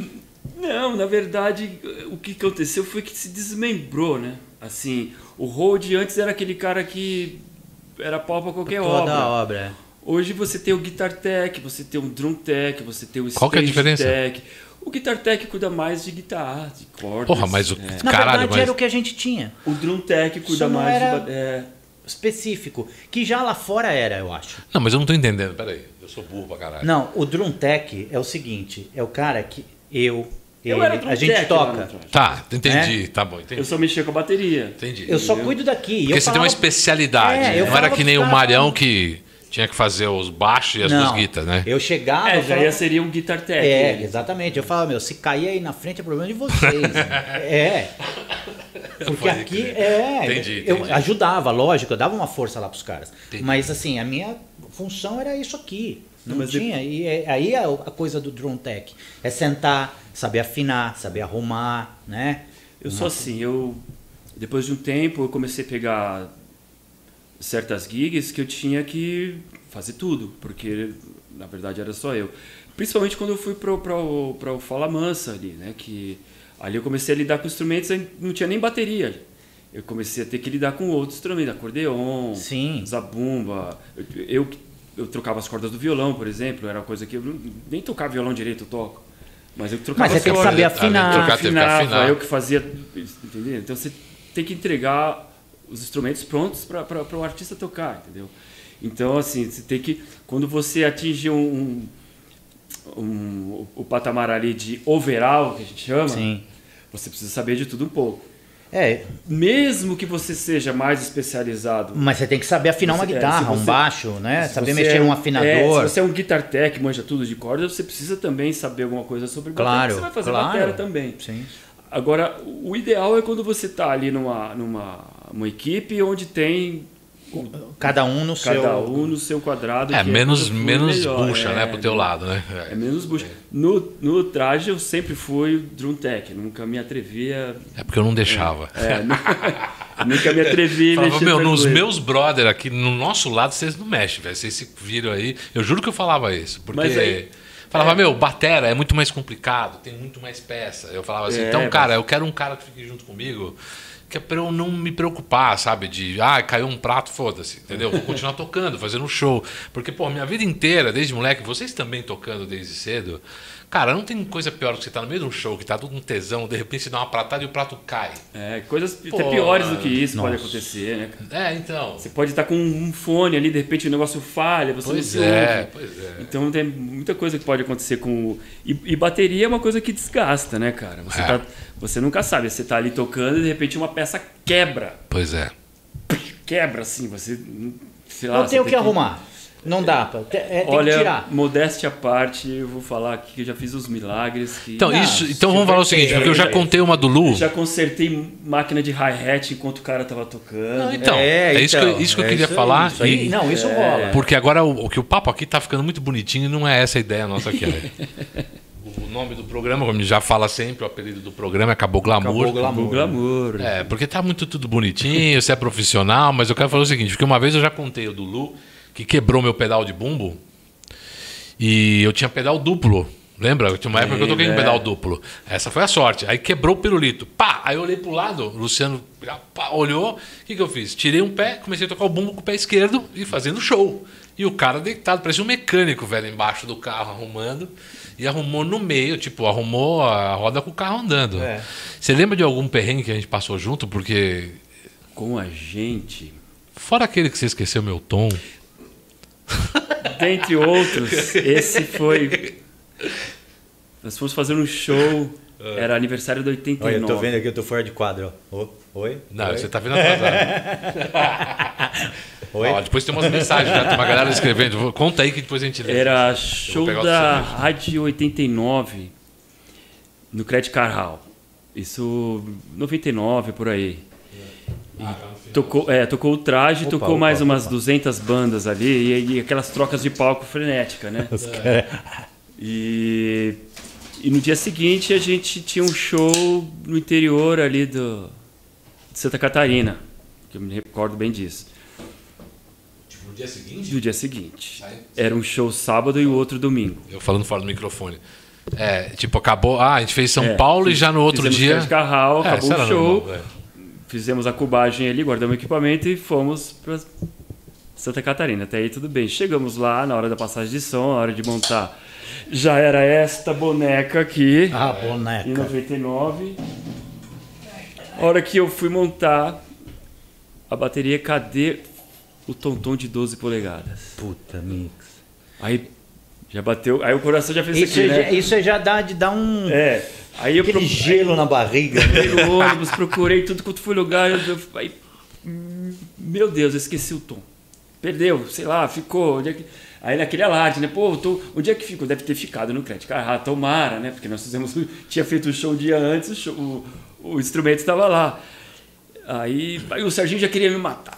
Não, na verdade, o que aconteceu foi que se desmembrou, né? Assim, o Road antes era aquele cara que era pau pra qualquer Toda obra. a obra. Hoje você tem o Guitar Tech, você tem o Drum Tech, você tem o Qual que é a Stage diferença? Tech. O Guitar Tech cuida mais de guitarra, de cordas. Porra, mas o. é. Na Caralho, verdade mas. era o que a gente tinha, O Drum Tech cuida Só não mais era- de... ba- É, específico, que já lá fora era, eu acho. Não, mas eu não tô entendendo. Peraí. Eu sou burro pra caralho. Não, o Drum Tech é o seguinte, é o cara que eu, Eu ele, era Drum a gente Tech lá toca. no traje. Tá, entendi. Tá bom, entendi. Eu só mexia com a bateria. Entendi. Eu só Entendeu? cuido daqui. E Porque eu você tem uma falava- especialidade. É, eu não era falava que nem o pros caras- Marião que tinha que fazer os baixos e as Não, duas guitas, né? eu chegava... É, eu já falava- ia seria um Guitar Tech. É, né? exatamente. Eu falava, meu, se cair aí na frente é problema de vocês. É. Porque Pode aqui crer. é. Entendi, eu entendi. ajudava, lógico, eu dava uma força lá pros caras. Entendi. Mas assim, a minha função era isso aqui. Não Mas tinha. E é- aí é a coisa do Drum Tech. É sentar, saber afinar, saber arrumar, né? Eu sou assim, eu... Depois de um tempo, eu comecei a pegar certas gigs que eu tinha que fazer tudo, porque na verdade era só eu. Principalmente quando eu fui para o para o Fala Mansa ali, né? Que ali eu comecei a lidar com instrumentos, aí não tinha nem bateria. Eu comecei a ter que lidar com outros instrumentos, acordeon, Sim. zabumba. Eu, eu, eu trocava as cordas do violão, por exemplo, era uma coisa que eu não- nem tocava violão direito, eu toco. Mas eu trocava Mas você as tem que cordas. saber Além de afinar. trocar, teve que Afinava, afinar. eu que fazia, entendeu? Então você tem que entregar os instrumentos prontos para o artista tocar, entendeu? Então assim, você tem que, quando você atinge um, um, um- o patamar ali de overall, que a gente chama, Sim. você precisa saber de tudo um pouco. É, Mesmo que você seja mais especializado. mas você tem que saber afinar uma Você- é, guitarra, se um você- baixo, né? se Saber você mexer é num um- afinador. É, se você é um guitar tech, manja tudo de corda, você precisa também saber alguma coisa sobre bateria. Claro, Você vai fazer claro. bateria também. Sim. Agora, o ideal é quando você está ali numa, numa uma equipe onde tem Cada um no cada seu. um no seu quadrado. É, que a menos, coisa flui menos melhor. bucha, É, né, pro teu lado, né? É menos bucha. No, no traje eu sempre fui drum tech, nunca me atrevia. É porque eu não deixava. É, nu- nunca me atrevi a Falava, mexer meu, outra nos coisa. meus brother aqui, no nosso lado, vocês não mexem, velho. Vocês se viram aí. Eu juro que eu falava isso. Porque. Mas aí- Falava, meu, batera é muito mais complicado, tem muito mais peça. Eu falava assim, É, então, mas- cara, eu quero um cara que fique junto comigo, que é pra eu não me preocupar, sabe? De, ah, caiu um prato, foda-se, entendeu? Vou continuar tocando, fazendo um show. Porque, pô, minha vida inteira, desde moleque, vocês também tocando desde cedo, cara, não tem coisa pior que você tá no meio de um show, que tá tudo um tesão, de repente você dá uma pratada e o prato cai. É, coisas Pô, até piores do que isso nossa. pode acontecer, né, cara? É, então. Você pode estar com um fone ali, de repente o negócio falha, você Pois não se é, ouve. pois é. Então tem muita coisa que pode acontecer com o... E, e bateria é uma coisa que desgasta, né, cara? Você, É. tá, você nunca sabe, você tá ali tocando e de repente uma peça quebra. Pois é. Quebra, assim, você... Sei lá, Eu você tenho tem que arrumar. Não dá, pra, te- é, tem Olha, que tirar. modéstia à parte, eu vou falar aqui que eu já fiz os milagres que... Então, Não, isso, então vamos falar o seguinte, porque eu já contei uma do Lu. Já consertei máquina de hi-hat enquanto o cara tava tocando. Não, então, é, É, isso, que eu, então, isso que eu é queria isso aí, falar. isso aí. e- Não, isso rola. Porque agora o, o que o papo aqui tá ficando muito bonitinho e não é essa a ideia nossa aqui. Né? O nome do programa, como a gente já fala sempre, o apelido do programa é Acabou Glamour. Acabou Glamour. O glamour. É, porque tá muito tudo bonitinho, você é profissional, mas eu quero falar o seguinte, porque uma vez eu já contei o do Lu, que quebrou meu pedal de bumbo, e eu tinha pedal duplo. Lembra? Tinha uma época que eu toquei com Lembra, pedal é. duplo. Essa foi a sorte. Aí quebrou o pirulito. Pá! Aí eu olhei pro lado, o Luciano pá, olhou. O que, que eu fiz? Tirei um pé, comecei a tocar o bumbo com o pé esquerdo e fazendo show. E o cara deitado, parecia um mecânico, velho, embaixo do carro, arrumando. E arrumou no meio, tipo, arrumou a roda com o carro andando. É. Você lembra de algum perrengue que a gente passou junto? Porque, Com a gente... fora aquele que você esqueceu meu tom... Dentre outros, esse foi... Nós fomos fazer um show, era aniversário do oitenta e nove. Olha, eu tô vendo aqui, eu tô fora de quadro. Ó. Ô, Oi? Não, Oi? você tá vendo atrasado. Oi? Ó, depois tem umas mensagens, já tem uma galera escrevendo. Conta aí que depois a gente lê. Era show pegar o da seu mesmo. Rádio oitenta e nove, no Credit Car Hall. Isso, noventa e nove, por aí. E tocou, é, tocou o traje, Opa, tocou opa, mais umas opa. duzentas bandas ali, e, e aquelas trocas de palco frenética, né? E E no dia seguinte a gente tinha um show no interior ali do, de Santa Catarina, que eu me recordo bem disso. Tipo, no dia seguinte? No dia seguinte. Era um show sábado e o outro domingo. Eu falando fora do microfone. É, tipo, acabou. Ah, a gente fez São É, Paulo fiz- e já no outro fizemos dia. Crédito Carral, É, acabou isso o era show. normal, é. Fizemos a cubagem ali, guardamos o equipamento e fomos para Santa Catarina. Até aí tudo bem. Chegamos lá na hora da passagem de som, na hora de montar. Já era esta boneca aqui, Ah, em boneca. noventa e nove. A hora que eu fui montar a bateria, cadê o tom-tom de doze polegadas? Puta, mix. Aí já bateu, aí o coração já fez Isso, isso aqui, é, né? isso é já dá de dar um... É. Aí eu aquele pro- gelo na barriga. né? Entrei no ônibus, procurei tudo quanto foi lugar. Eu, eu, aí, hum, meu Deus, eu esqueci o tom. Perdeu, sei lá, ficou. Onde é que... Aí naquele alarde, né? Pô, tô, onde é que ficou? Deve ter ficado no crédito. Ah, tomara, né? Porque nós fizemos, tinha feito o show um dia antes, o, show, o, o instrumento estava lá. Aí, aí o Serginho já queria me matar.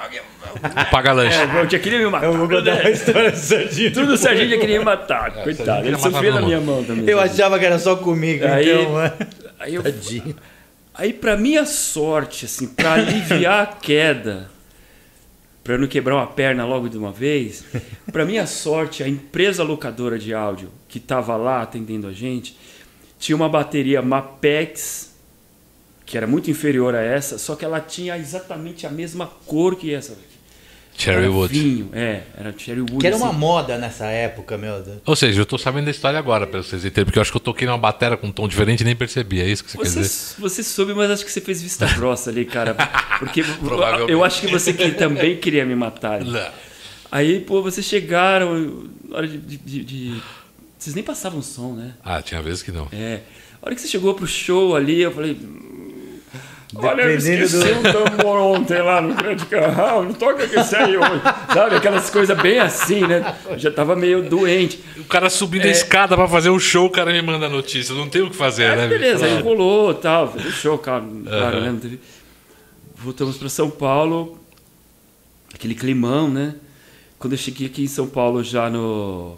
Paga lanche. É, eu já queria me matar. Eu vou contar uma história do Serginho. Tudo o Serginho já queria me matar. Serginho Coitado, queria ele matar sofria todo na minha mundo. mão também. Eu Serginho. achava que era só comigo, Aí- então... mano. Aí eu, Tadinho. Aí, pra minha sorte, assim, pra aliviar a queda, pra eu não quebrar uma perna logo de uma vez, pra minha sorte, a empresa locadora de áudio que tava lá atendendo a gente tinha uma bateria Mapex, que era muito inferior a essa, só que ela tinha exatamente a mesma cor que essa daqui. Cherry Era Wood. vinho, é, era Cherry Wood. Que era uma assim. moda nessa época, meu Deus. Ou seja, eu tô sabendo da história agora, pra vocês entenderem, porque eu acho que eu toquei numa bateria com um tom diferente e nem percebi. É isso que você, quer Você, dizer? você soube, mas acho que você fez vista grossa ali, cara. Porque Provavelmente. eu acho que você que também queria me matar. ali. Não. Aí, pô, vocês chegaram, na hora de, de- de- de- Vocês nem passavam som, né? Ah, tinha vezes que não. É. A hora que você chegou pro show ali, eu falei... "Hum, Olha, eu Dependendo esqueci do- um tambor ontem lá no Crédito Carral, não toca que esse aí hoje. Sabe, aquelas coisas bem assim, né? Eu já tava meio doente. O cara subindo a escada pra fazer o show, o cara me manda a notícia. Não tem o que fazer, Aí, né? beleza, aí bicho? rolou e tal, fez o show, cara, claro, Aham. né? Não teve... Voltamos para São Paulo, aquele climão, né? Quando eu cheguei aqui em São Paulo já no...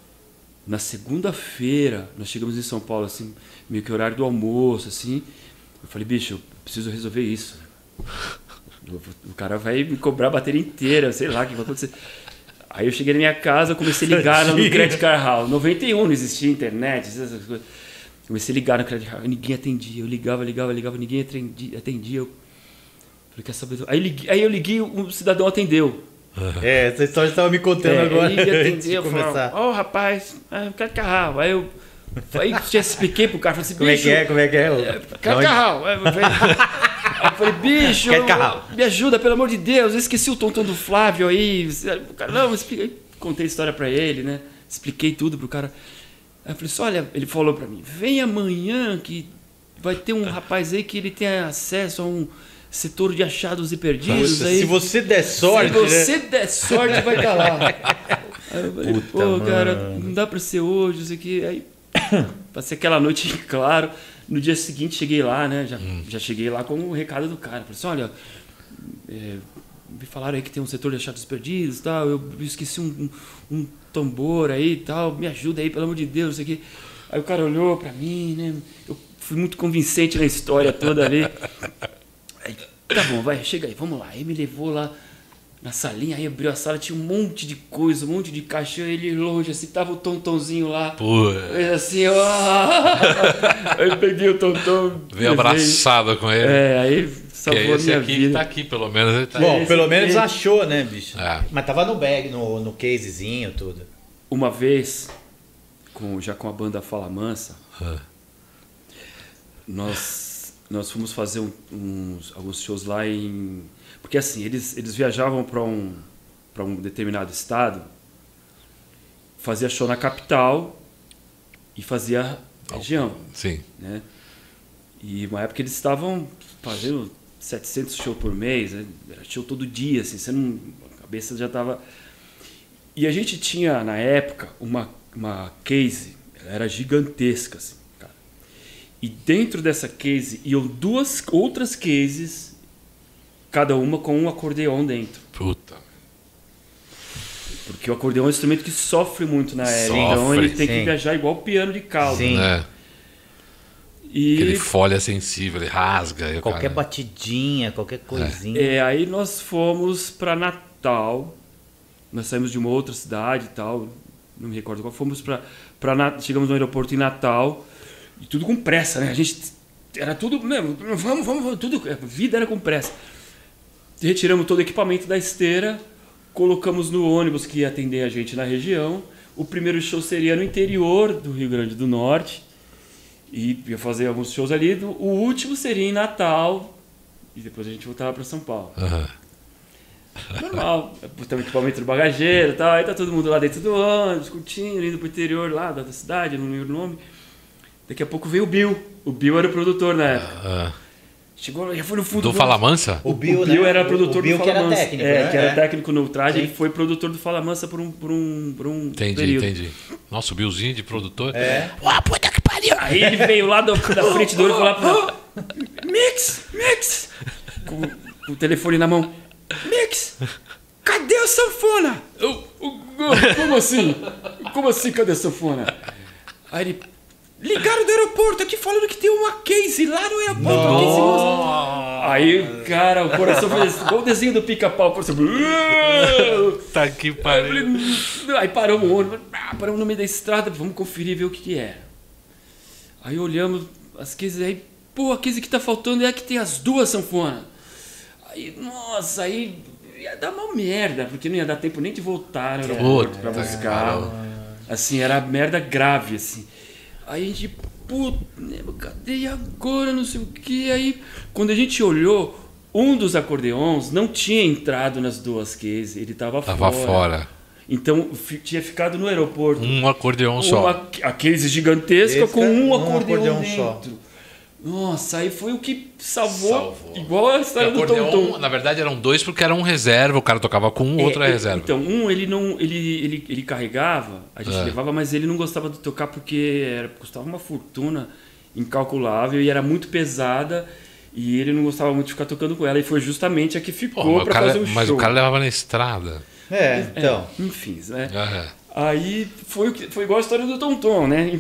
Na segunda-feira, nós chegamos em São Paulo, assim, meio que horário do almoço, assim. Eu falei, bicho, eu preciso resolver isso. O o cara vai me cobrar a bateria inteira, sei lá o que vai acontecer. Aí eu cheguei na minha casa, comecei a ligar no Crédito Carral. noventa e um não existia internet, essas coisas. Comecei a ligar no Crédito Carral, ninguém atendia. Eu ligava, ligava, ligava, ninguém atendia. atendia. Eu falei, quer saber? Aí, liguei, aí eu liguei, um cidadão atendeu. É, essa história você estava me contando É, agora. ele antes de atendeu, começar. falou, ô rapaz, ah, eu quero carral. Aí eu aí já expliquei pro cara, falei assim, Como é bicho, que é? Como é que é? quero Onde- carral. Aí eu falei, aí eu falei, bicho, Quero carral. me ajuda, pelo amor de Deus, eu esqueci o tom-tom do Flávio aí. O cara, não, eu expliquei, contei a história pra ele, né? Expliquei tudo pro cara. Aí eu falei assim, olha, ele falou pra mim, vem amanhã que vai ter um rapaz aí que ele tem acesso a um setor de achados e perdidos. Nossa, aí, se você der sorte, se você né? der sorte, vai estar lá. Aí eu falei, Puta, pô, cara, mano. não dá pra ser hoje, isso aqui. Aí passei aquela noite em claro. No dia seguinte cheguei lá, né? Já, já cheguei lá com o recado do cara. Falei assim, olha, é, me falaram aí que tem um setor de achados perdidos e tal. Eu esqueci um, um, um tambor aí e tal. Me ajuda aí, pelo amor de Deus, isso aqui. Aí o cara olhou pra mim, né? Eu fui muito convincente na história toda ali. Aí, tá bom, vai, chega aí, vamos lá. Aí me levou lá na salinha, aí abriu a sala, tinha um monte de coisa, um monte de caixa, ele longe, assim, tava o tontonzinho lá. Pô, Aí assim, ó. Aí eu peguei o tonton. veio levei. abraçado com ele. É, aí que salvou é a esse minha aqui que vida. tá aqui, pelo menos. Ele tá Bom, esse pelo aqui. menos achou, né, bicho? É. Mas tava no bag, no, no casezinho, tudo. Uma vez, com, já com a banda Fala Mansa, Ah. nós, nós fomos fazer um- uns, alguns shows lá em... Porque assim, eles, eles viajavam para um, para um determinado estado, fazia show na capital e fazia região, Sim. né? E uma época eles estavam fazendo setecentos shows por mês, né? Era show todo dia, assim, você não, a cabeça já estava... E a gente tinha, na época, uma, uma case, ela era gigantesca, assim, cara. E dentro dessa case iam duas outras cases, cada uma com um acordeon dentro. Puta. Porque o acordeon é um instrumento que sofre muito na aérea, Sofre, então ele tem que sim. viajar igual piano de cauda. Sim. É. E Aquele folha sensível, ele rasga. e o Qualquer cara- batidinha, qualquer coisinha. é, aí nós fomos para Natal. Nós saímos de uma outra cidade e tal, não me recordo qual. Fomos para para chegamos no aeroporto em Natal e tudo com pressa, né? A gente era tudo mesmo, vamos, vamos, vamos, tudo, a vida era com pressa. Retiramos todo o equipamento da esteira, colocamos no ônibus que ia atender a gente na região. O primeiro show seria no interior do Rio Grande do Norte. E ia fazer alguns shows ali. O último seria em Natal. E depois a gente voltava para São Paulo. Aham. Normal. Botamos equipamento no bagageiro e tal. Aí tá todo mundo lá dentro do ônibus, curtindo, indo pro interior lá da cidade, não lembro o nome. Daqui a pouco veio o Bill. O Bill era o produtor na época. Ah, Chegou, já foi no fundo do ônibus. Fala Mansa? O Bill, o Bill né? era produtor o Bill do que Fala era Mansa. técnico, é, né? que era É. técnico no Ultraje. Sim. Ele foi produtor do Fala Mansa por um, por um, por um Entendi, período. entendi. Nossa, o Billzinho de produtor. É. Ué, puta que pariu! Aí ele veio lá do, da frente do olho e falou pra Mix, Mix! Com, com o telefone na mão. Mix! Cadê a sanfona? Eu, eu, como assim? Como assim, cadê a sanfona? Aí ele... Ligaram do aeroporto aqui falando que tem uma case lá no aeroporto. Uma case moça. Aí, cara, o coração fez igual o desenho do pica-pau. O coração... Tá que Aí, eu pariu. falei, aí paramos o ônibus, ah, paramos no meio da estrada, vamos conferir, ver o que que é. Aí olhamos as cases aí, pô, a case que tá faltando é a que tem as duas sanfonas. Aí, nossa, aí ia dar uma merda, porque não ia dar tempo nem de voltar no aeroporto pra Puta, buscar. Assim, era merda grave, assim. Aí a gente, puta, cadê E agora, não sei o que. Aí, quando a gente olhou, um dos acordeons não tinha entrado nas duas cases, ele tava, Tava fora. fora. Então, fi- tinha ficado no aeroporto. Um acordeão só. Uma, a case gigantesca Esse com é um um acordeão, acordeão só. dentro. Nossa, aí foi o que salvou, Salvou. igual a história O do acordeão, Tom Tom. na verdade, eram dois porque era um reserva, o cara tocava com um, outro é É, reserva. Então, um ele não ele, ele, ele carregava, a gente É. levava, mas ele não gostava de tocar porque era, custava uma fortuna incalculável e era muito pesada e ele não gostava muito de ficar tocando com ela e foi justamente a que Pô, ficou mas o para cara- fazer o mas show. o cara levava na estrada. É, então. É, enfim, né? É. Aí foi, o que- foi igual a história do Tom Tom, né?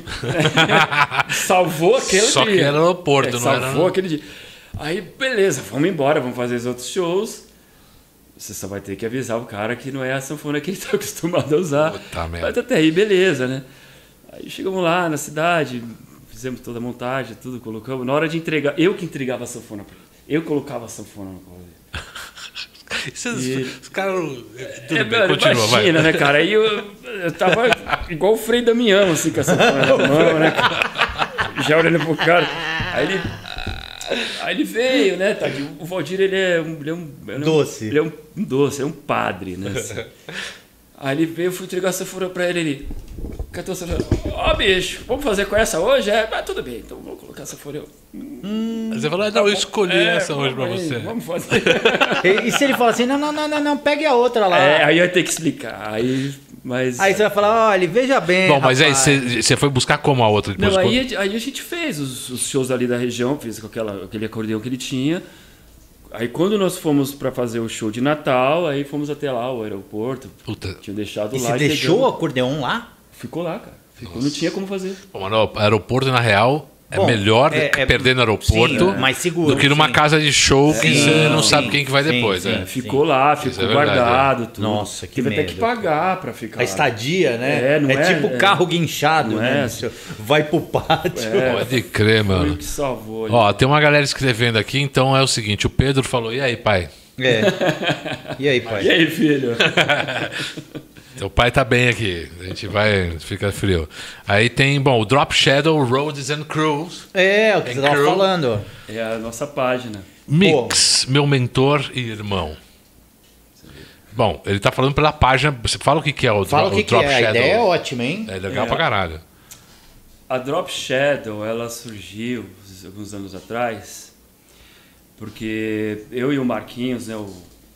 Salvou aquele Só dia. que era aeroporto, É, não era Salvou no- aquele dia. Aí, beleza, vamos embora, vamos fazer os outros shows. Você só vai ter que avisar o cara que não é a sanfona que ele está acostumado a usar. Puta merda. Mas até aí, beleza, né? Aí chegamos lá na cidade, fizemos toda a montagem, tudo, colocamos. Na hora de entregar, eu que entregava a sanfona pra ele. Eu colocava a sanfona no colo dele. Esses, E- Os caras. Tudo É, bem, mano, continua, vai. imagina, né, cara? Aí eu, eu tava igual o Frei Damião, assim, com essa porra na mão, né? Já olhando pro cara. Aí ele. Aí ele veio, né, tadinho? O Valdir, ele é um. Ele é um ele é um- Doce. Ele é um, um doce, é um padre, né? assim. Aí ele veio, eu fui entregar a sanfona pra ele, ele. Catou a sanfona. Ó, bicho, vamos fazer com essa hoje? É, mas tudo bem, então vamos colocar a sanfona. Eu, Você falou, ah, não, eu escolhi é, essa hoje pra vamos aí, você. Vamos fazer. E, e se ele falar assim, não, não, não, não, não, pegue a outra lá. É, aí eu ia ter que explicar. Aí. Mas. Aí você vai falar, olha, veja bem. Bom, mas aí rapaz. você você foi buscar como a outra depois? Não, Quando- aí, aí a gente fez os, os shows ali da região, fez com aquela, aquele acordeão que ele tinha. Aí quando nós fomos para fazer o show de Natal, aí fomos até lá, o aeroporto. Puta. Tinha deixado E lá. você e deixou o pegamos. acordeão lá? Ficou lá, cara. Ficou, não tinha como fazer. Pô, mano, o aeroporto, na real, é Bom, melhor é- é- perder no aeroporto sim, mais seguro, do que numa sim. casa de show que Sim, você não sim, sabe quem que vai sim, depois. sim. é. Ficou lá, ficou Isso é verdade, guardado, tudo. Nossa, que Tive até medo, que pagar para ficar. A estadia, né? É, não é? tipo É. carro guinchado, Não né? é? Você vai pro pátio. É. Pode crer, Foi o mano. que salvou. ali. Ó, tem uma galera escrevendo aqui, então é o seguinte, o Pedro falou, e aí, pai? É. E aí, pai? E aí, filho? Teu pai tá bem aqui, a gente vai, fica frio. Aí tem, bom, o Drop Shadow, Roads and Crews, É, o que Tem você tava crew. falando. É a nossa página. Mix, meu mentor e irmão. Bom, ele tá falando pela página, você fala o que que é o, Fala dro- o que, que Drop é. A Shadow. ideia é ótima, hein? É legal É. pra caralho. A Drop Shadow, ela surgiu alguns anos atrás, porque eu e o Marquinhos, né, o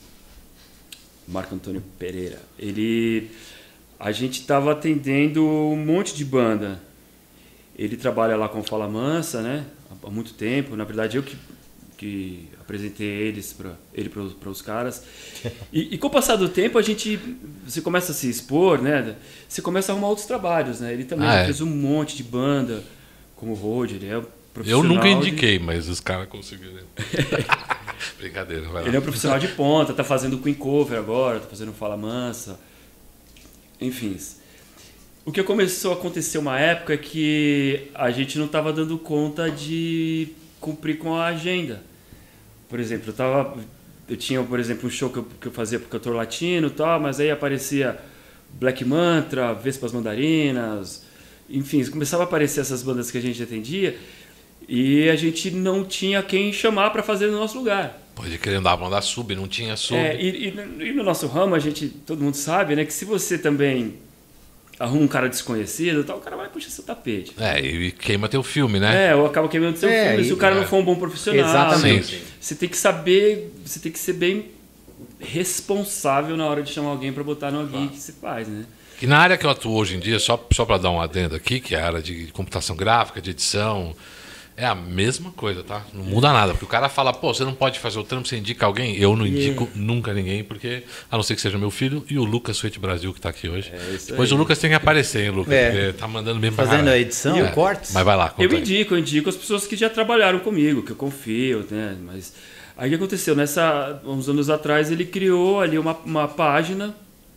Marco Antônio Pereira, ele, a gente estava atendendo um monte de banda. Ele trabalha lá com Fala Mansa, né, há muito tempo. Na verdade, eu que, que apresentei eles para ele para os caras. E, e com o passar do tempo, a gente, você começa a se expor, né? Você começa a arrumar outros trabalhos, né? Ele também Ah, já é? fez um monte de banda, como o Road, ele é Eu nunca de- indiquei, mas os caras conseguiram. Brincadeira, vai lá. Ele é um profissional de ponta, tá fazendo Queen Cover agora, tá fazendo Fala Mansa. Enfim. O que começou a acontecer uma época é que a gente não estava dando conta de cumprir com a agenda. Por exemplo, eu tava, eu tinha, por exemplo, um show que eu, que eu fazia pro cantor latino e tal, mas aí aparecia Black Mantra, Vespas Mandarinas, enfim, começava a aparecer essas bandas que a gente atendia e a gente não tinha quem chamar para fazer no nosso lugar. Pode querer andar banda sub, não tinha sub. É, e, e, e no nosso ramo, a gente, todo mundo sabe, né, que se você também arruma um cara desconhecido, tal, o cara vai puxar seu tapete. É, e queima teu filme, né? É, ou acaba queimando seu É, filme, e- se o cara é. não for um bom profissional. Exatamente. né? Você tem que saber, você tem que ser bem responsável na hora de chamar alguém para botar no gig que você faz, né? Que na área que eu atuo hoje em dia, só, só para dar um adendo aqui, que é a área de computação gráfica, de edição, é a mesma coisa, tá? Não muda nada. Porque o cara fala, pô, você não pode fazer o trampo, você indica alguém? Eu não indico nunca ninguém, porque, a não ser que seja meu filho e o Lucas Suete Brasil, que tá aqui hoje. É isso Depois aí. o Lucas tem que aparecer, hein, Lucas? É. Porque tá mandando bem pra Fazendo caralho. a edição, É, cortes. Mas vai lá, conta Eu aí. indico, eu indico as pessoas que já trabalharam comigo, que eu confio, né? Mas aí o que aconteceu? Nessa, uns anos atrás, ele criou ali uma, uma página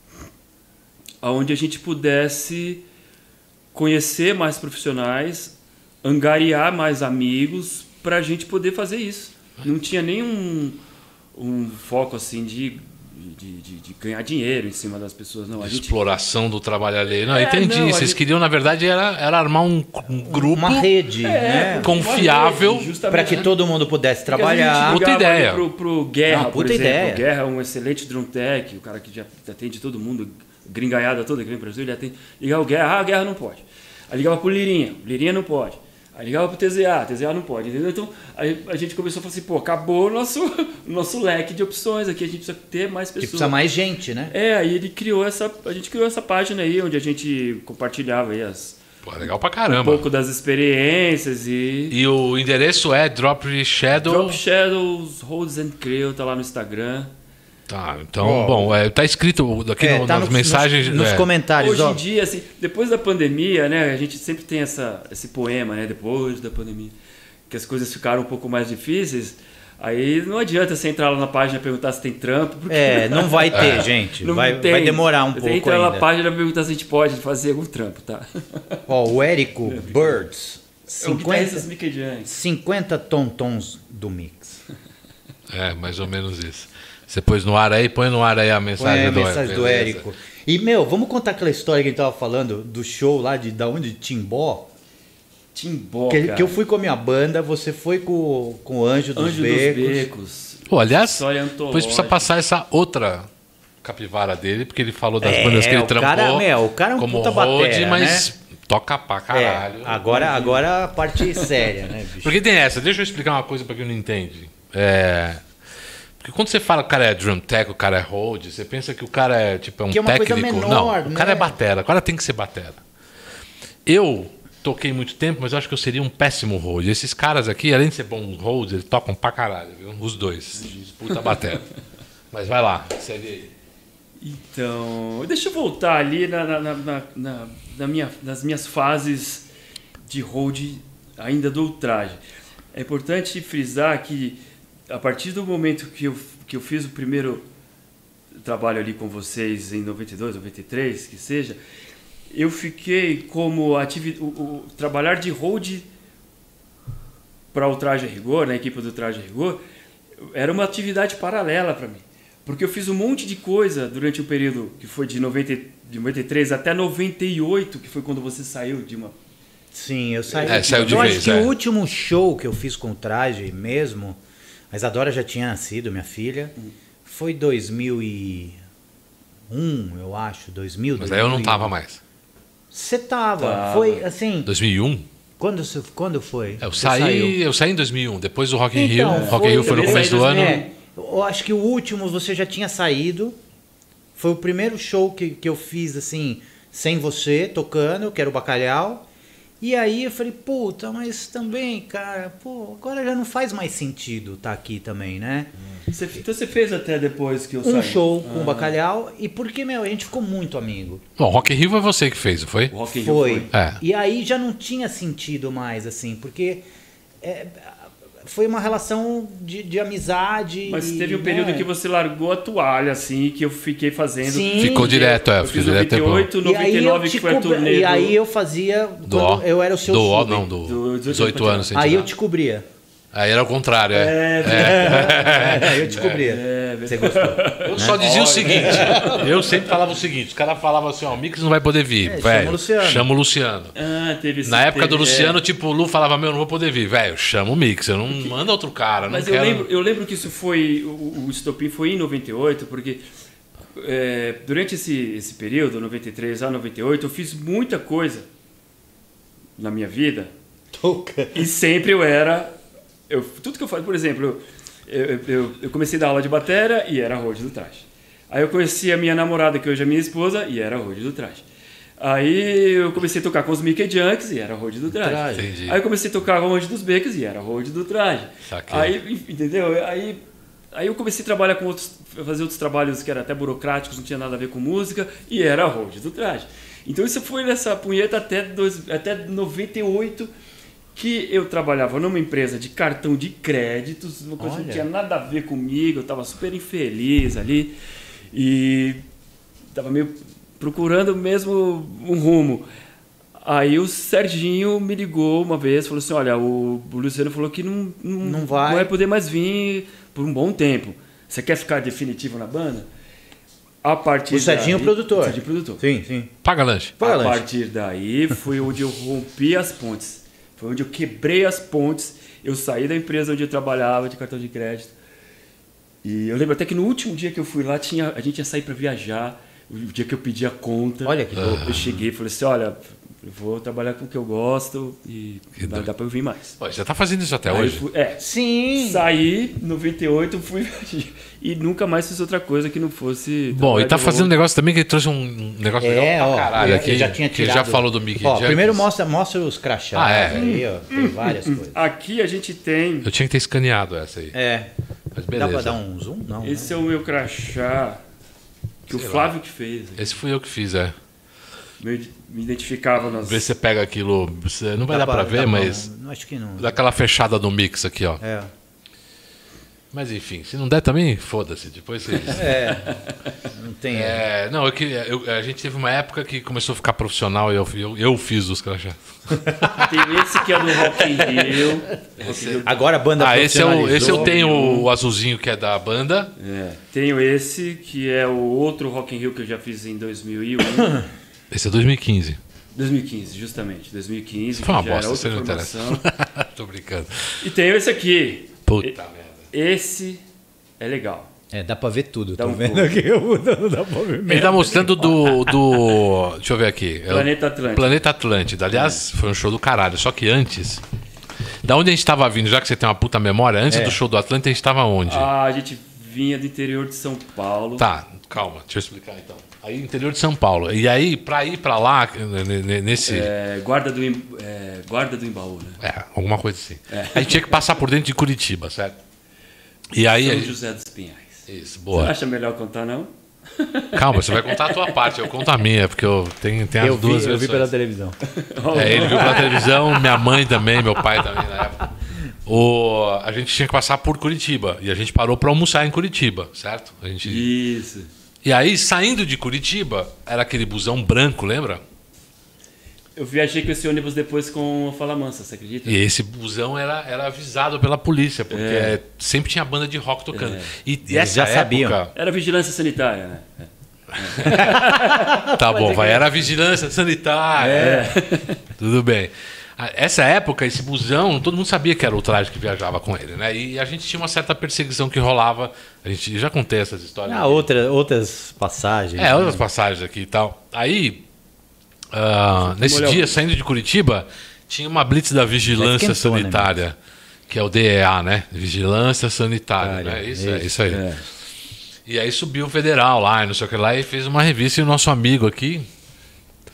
onde a gente pudesse conhecer mais profissionais, angariar mais amigos para a gente poder fazer isso. Não tinha nenhum um foco assim de, de, de, de ganhar dinheiro em cima das pessoas, não. A gente, Exploração do trabalho alheio. Não, É, entendi. não, a Vocês gente- queriam, na verdade, era, era armar um, um grupo Uma rede, né? confiável Uma rede, justamente, Para que né? todo mundo pudesse Porque a gente trabalhar. Puta ligava ali ideia. Pro, pro Guerra, Não, por puta exemplo. ideia. O Guerra é um excelente drum tech, o cara que já atende todo mundo, gringaiada toda aqui no Brasil, ele atende. Ligava o Guerra, ah, o Guerra não pode. Aí ligava pro Lirinha, Lirinha não pode. Aí ligava pro T Z A, T Z A não pode, entendeu? Então aí a gente começou a falar assim, pô, acabou o nosso, o nosso leque de opções aqui, a gente precisa ter mais Que pessoas. precisa mais gente, né? É, aí ele criou essa, a gente criou essa página aí, onde a gente compartilhava aí as, Pô, legal pra um caramba. pouco das experiências e... E o endereço é Drop Shadow. Drop Shadows, Holds and Creel, tá lá no Instagram. Tá, então, Ó. bom, é, tá escrito aqui É, no- tá nas nos- mensagens. nos, nos é, comentários, Hoje ó. em dia, assim, depois da pandemia, né, a gente sempre tem essa, esse poema, né, depois da pandemia, que as coisas ficaram um pouco mais difíceis, aí não adianta você entrar lá na página e perguntar se tem trampo, porque É, não vai ter, gente. não Vai, tem. vai demorar um Você pouco entra lá ainda. na página e perguntar se a gente pode fazer algum trampo, tá? Ó, o Érico Birds, É o guitarrista cinquenta, Mickey Jones. cinquenta tontons do mix. é, mais ou menos isso. Você pôs no ar aí, põe no ar aí a Põe mensagem a do mensagem do beleza. Érico. E, meu, vamos contar aquela história que a gente tava falando do show lá de da onde? De Timbó? Timbó, Que, cara. que eu fui com a minha banda, você foi com, com o Anjo dos Anjo Becos. dos Becos. Pô, aliás, História depois precisa antológica. passar essa outra capivara dele, porque ele falou das É, bandas que ele o trampou. cara, meu, o cara é um como puta road, batera, mas toca pra É, caralho. agora, agora a parte séria, né, bicho? Porque tem essa, deixa eu explicar uma coisa pra quem não entende. É. Porque quando você fala que o cara é drum tech, o cara é hold, você pensa que o cara é tipo é um Que é uma coisa técnico. menor, não, o cara né? é batera, o cara tem que ser batera. Eu toquei muito tempo, mas eu acho que eu seria um péssimo hold. Esses caras aqui, além de ser bom hold, eles tocam pra caralho, viu? Os dois. Puta batera. Mas vai lá, segue aí. Então, deixa eu voltar ali na, na, na, na, na- na minha, nas minhas fases de hold ainda do ultraje. É importante frisar que a partir do momento que eu, que eu fiz o primeiro trabalho ali com vocês em noventa e dois, noventa e três, que seja, eu fiquei como ativi o, o trabalhar de hold para o Traje a Rigor, na equipe do Traje a Rigor, era uma atividade paralela para mim. Porque eu fiz um monte de coisa durante o período que foi de, noventa, de noventa e três até noventa e oito, que foi quando você saiu de uma... Sim, eu saí. É, saiu de eu vez, acho que é. o último show que eu fiz com o traje mesmo, a Isadora já tinha nascido, minha filha, foi dois mil e um, eu acho, dois mil. Mas aí eu não tava mais. Você tava, Tava. foi assim, dois mil e um? quando, você- quando foi? É, eu Você saí, saiu? eu saí em dois mil e um, depois do Rock in Então, Rio. Rock in Rio foi no também começo saí do em ano. É, eu acho que o último você já tinha saído. Foi o primeiro show que, que eu fiz assim, sem você, tocando, que era o Bacalhau. E aí eu falei, puta, mas também, cara, pô, agora já não faz mais sentido estar aqui também, né? Você, então você fez até depois que eu Um saí? show com o Bacalhau, e porque, meu, a gente ficou muito amigo. Bom, Rock in Rio foi você que fez, não foi? O Rock in Rio Foi. É. E aí já não tinha sentido mais, assim, porque é, foi uma relação de, de amizade. Mas teve um período né? que você largou a toalha, assim, que eu fiquei fazendo. Sim. Ficou direto, é. Eu Ficou fiz direto. noventa e oito, E aí noventa e eu nove, te que foi a cobri- turnê E do- aí eu fazia Do quando O. eu era o seu Do O, sub. não, do Do dezoito anos. sem Aí eu tirar. te cobria. Aí era o contrário, é. É, eu te cobria. É, Você gostou? Eu só dizia o seguinte, eu sempre falava o seguinte, os caras falavam assim, ó, o Mix não vai poder vir, É, chama velho, o Luciano. chama o Luciano. Ah, teve esse Na época do teve- Luciano, é. tipo, o Lu falava, meu, não vou poder vir, velho, chama o Mix, eu não manda outro cara, não Mas eu quero... lembro, eu lembro que isso foi. O, o estopim foi em noventa e oito, porque é, durante esse, esse período, noventa e três a noventa e oito, eu fiz muita coisa na minha vida. E sempre eu era. Eu, tudo que eu faço, por exemplo, eu, eu, eu, eu comecei a dar aula de bateria e era Road do Traje. Aí eu conheci a minha namorada, que hoje é minha esposa, e era Road do Traje. Aí eu comecei a tocar com os Mickey Junks e era Road do Traje. Traje. Entendi. Aí eu comecei a tocar com o Road dos Becos e era Road do Traje. Saquei. Aí, entendeu? Aí, aí eu comecei a trabalhar com outros, fazer outros trabalhos que eram até burocráticos, não tinha nada a ver com música, e era Road do Traje. Então isso foi nessa punheta até, dois, até noventa e oito, que eu trabalhava numa empresa de cartão de créditos, uma coisa que não Olha. tinha nada a ver comigo, eu estava super infeliz ali e estava meio procurando mesmo um rumo. Aí o Serginho me ligou uma vez, falou assim, olha, o, o Luciano falou que não, não, Não vai. não vai poder mais vir por um bom tempo. Você quer ficar definitivo na banda? A partir O Serginho daí- produtor. O Serginho produtor. Sim, sim. Paga lanche. Paga A lanche. partir daí foi onde eu rompi as pontes. Foi onde eu quebrei as pontes. Eu saí da empresa onde eu trabalhava de cartão de crédito. E eu lembro até que no último dia que eu fui lá, tinha, a gente ia sair para viajar. O dia que eu pedi a conta. Olha que louco. Eu cheguei e falei assim, olha, eu vou trabalhar com o que eu gosto e Que vai doido. dar para eu vir mais. Pô, você tá fazendo isso até Aí eu hoje? fui- é, Sim. saí em noventa e oito, fui e nunca mais fiz outra coisa que não fosse... Bom, e trabalhar tá de fazendo um novo. negócio também que ele trouxe um negócio É, legal ó. pra caralho eu, aqui. eu já tinha que tirado. ele já falou do Mickey Ó, Junkies. primeiro mostra, mostra os crachás. Ah, é? Aí, ó, tem várias coisas. Aqui a gente tem... Eu tinha que ter escaneado essa aí. É. Mas Dá beleza. pra dar um zoom? Não. Esse né? é o meu crachá que Sei o Flávio que fez. Esse fui eu que fiz, é. Me, me identificava nas... Vê se você pega aquilo. Você não vai Dá dar pra ver, dá mas. Não, acho que não. Dá aquela fechada no mix aqui, ó. É. Mas enfim, se não der também, foda-se. Depois vocês. É. Não tem. É, não, eu queria, eu- a gente teve uma época que começou a ficar profissional e eu, eu, eu fiz os crachás. Tem esse que é do Rock in Rio. Rock in Rio. Agora a banda Ah, esse, é o, esse eu profissionalizou. tenho o azulzinho que é da banda. É. Tenho esse, que é o outro Rock in Rio que eu já fiz em dois mil e um. Esse é dois mil e quinze. dois mil e quinze, justamente. dois mil e quinze, Foi uma que já era bosta, você outra não interessa. formação. Tô brincando. E tenho esse aqui. Puta E- merda. Esse é legal. É, dá pra ver tudo. Dá Tô um vendo pouco. aqui. Eu não dá pra ver Ele mesmo. tá mostrando do, do. Deixa eu ver aqui. É o Planeta Atlântico. Planeta Atlântida. Aliás, foi um show do caralho. Só que antes. Da onde a gente tava vindo, já que você tem uma puta memória, antes É. do show do Atlântida, a gente tava onde? Ah, a gente vinha do interior de São Paulo. Tá, calma, deixa eu explicar então. Aí, interior de São Paulo. E aí, pra ir pra lá, n- n- nesse. É, É, guarda, do, Im- é, guarda do Embaú, né? alguma coisa assim. A gente tinha que passar por dentro de Curitiba, certo? E aí. São a gente- José dos Pinhais. Isso, Você boa. acha melhor contar, não? Calma, você vai contar a tua parte, eu conto a minha, porque eu tenho, tenho Eu as vi, duas eu vi versões. pela televisão. É, ele viu pela televisão, minha mãe também, meu pai também na época. O, a gente tinha que passar por Curitiba e a gente parou para almoçar em Curitiba, certo? A gente, Isso. e aí, saindo de Curitiba, era aquele busão branco, lembra? Eu viajei com esse ônibus depois com a Fala Mansa, você acredita? E esse busão era, era avisado pela polícia, porque É. sempre tinha banda de rock tocando. É. E, e Eles essa já época, sabiam. Era vigilância sanitária, né? tá bom, vai, era vigilância sanitária. É. Tudo bem. Ah, essa época, esse busão, todo mundo sabia que era o Traje que viajava com ele, né? E a gente tinha uma certa perseguição que rolava. A gente já contei essas histórias. Ah, aqui. outra, outras passagens. É, outras passagens aqui e tal. Aí, ah, nesse olhar o- dia, saindo de Curitiba, tinha uma blitz da Vigilância esquentou, né, Sanitária, que é o D E A, né? Vigilância Sanitária, Sanitária, né? Isso, é, isso. isso aí. É. E aí subiu o federal lá, e não sei o que lá, e fez uma revista e o nosso amigo aqui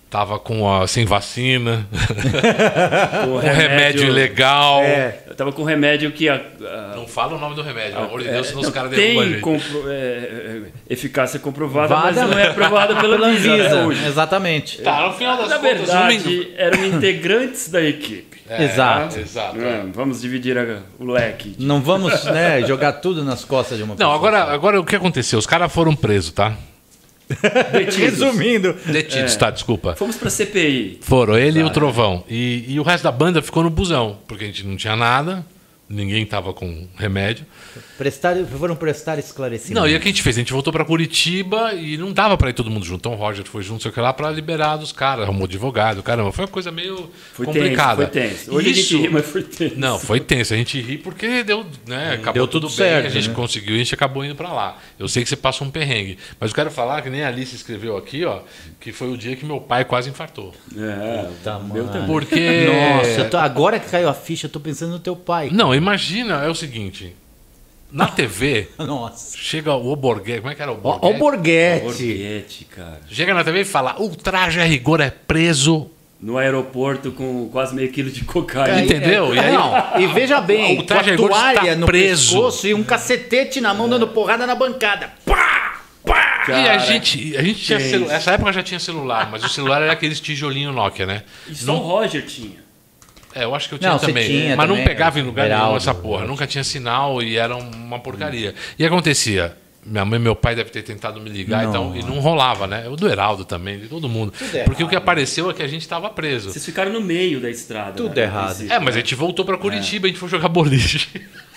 tava com a, sem vacina, Com com remédio ilegal. É. Eu tava com remédio que... A, a, Não fala o nome do remédio, pelo amor de Deus, senão não, os caras derrubam a tem gente. compro, é, é, eficácia comprovada, Vada, mas não é aprovada pela Pela Anvisa, né, Anvisa, hoje. exatamente. Tá, no final das Na contas, verdade, domingo- eram integrantes da equipe. É, Exato. Exato. É, vamos dividir a- o leque. Não vamos, né, jogar tudo nas costas de uma Não, pessoa. agora, agora o que aconteceu? Os caras foram presos, tá? Resumindo, Detidos, É. tá, desculpa. Fomos pra C P I. Foram ele e o Trovão. E, e o resto da banda ficou no busão, porque a gente não tinha nada, ninguém tava com remédio. prestar, foram prestar esclarecimento. Não, e o que a gente fez? A gente voltou pra Curitiba e não dava pra ir todo mundo junto. Então o Roger foi junto, sei o que lá, pra liberar dos caras, arrumou advogado, caramba. Foi uma coisa meio Foi complicada. tenso, foi tenso. Hoje Isso- a gente ri, mas foi tenso. Não, foi tenso. A gente ri porque deu, né, acabou Deu tudo, tudo bem, certo, a gente né? conseguiu e a gente acabou indo pra lá. Eu sei que você passou um perrengue, mas eu quero falar que nem a Alice escreveu aqui, ó, que foi o dia que meu pai quase infartou. É, Tá, meu mano. também. Porque Nossa, eu tô- agora que caiu a ficha, eu tô pensando no teu pai. Não, imagina, é o seguinte, na T V Nossa. chega o Borghetti, como é que era o Ó, ó o Borghetti? Borghetti. Borghetti, cara. Chega na T V e fala, o traje a rigor é preso. No aeroporto com quase meio quilo de cocaína. Entendeu? E aí- Não, e veja bem, O com traje a rigor está toalha no preso. pescoço e um cacetete na mão dando porrada na bancada. Pá! Pá! E a Cara, gente, a gente tinha que celu... isso. Essa época já tinha celular, mas o celular era aqueles tijolinho Nokia, né? E só o Roger tinha. É, eu acho que eu tinha Não, você também. tinha mas também, não pegava em lugar nenhum Beraldo, essa porra. Nunca tinha sinal e era uma porcaria. E acontecia. Minha mãe e meu pai devem ter tentado me ligar Não. então, e não rolava, né? O do Heraldo também, de todo mundo. Tudo Porque o errado. que apareceu é que a gente estava preso. Vocês ficaram no meio da estrada. Tudo né? errado. Esse- É, mas a gente voltou pra Curitiba, a gente foi jogar boliche.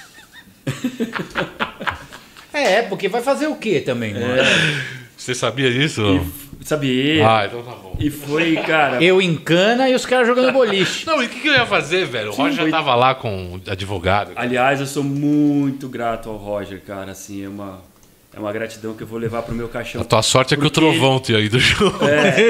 É, porque vai fazer o quê também, mano? Você sabia disso? Sabe? Ah, então tá bom. E foi, cara. Eu em cana e os caras jogando boliche. Não, e o que, que eu ia fazer, velho? O Roger já foi- tava lá com o advogado. Aliás, eu sou muito grato ao Roger, cara. Assim, é uma, é uma gratidão que eu vou levar pro meu caixão. A tua sorte é que o Porque- Trovão tinha ido junto.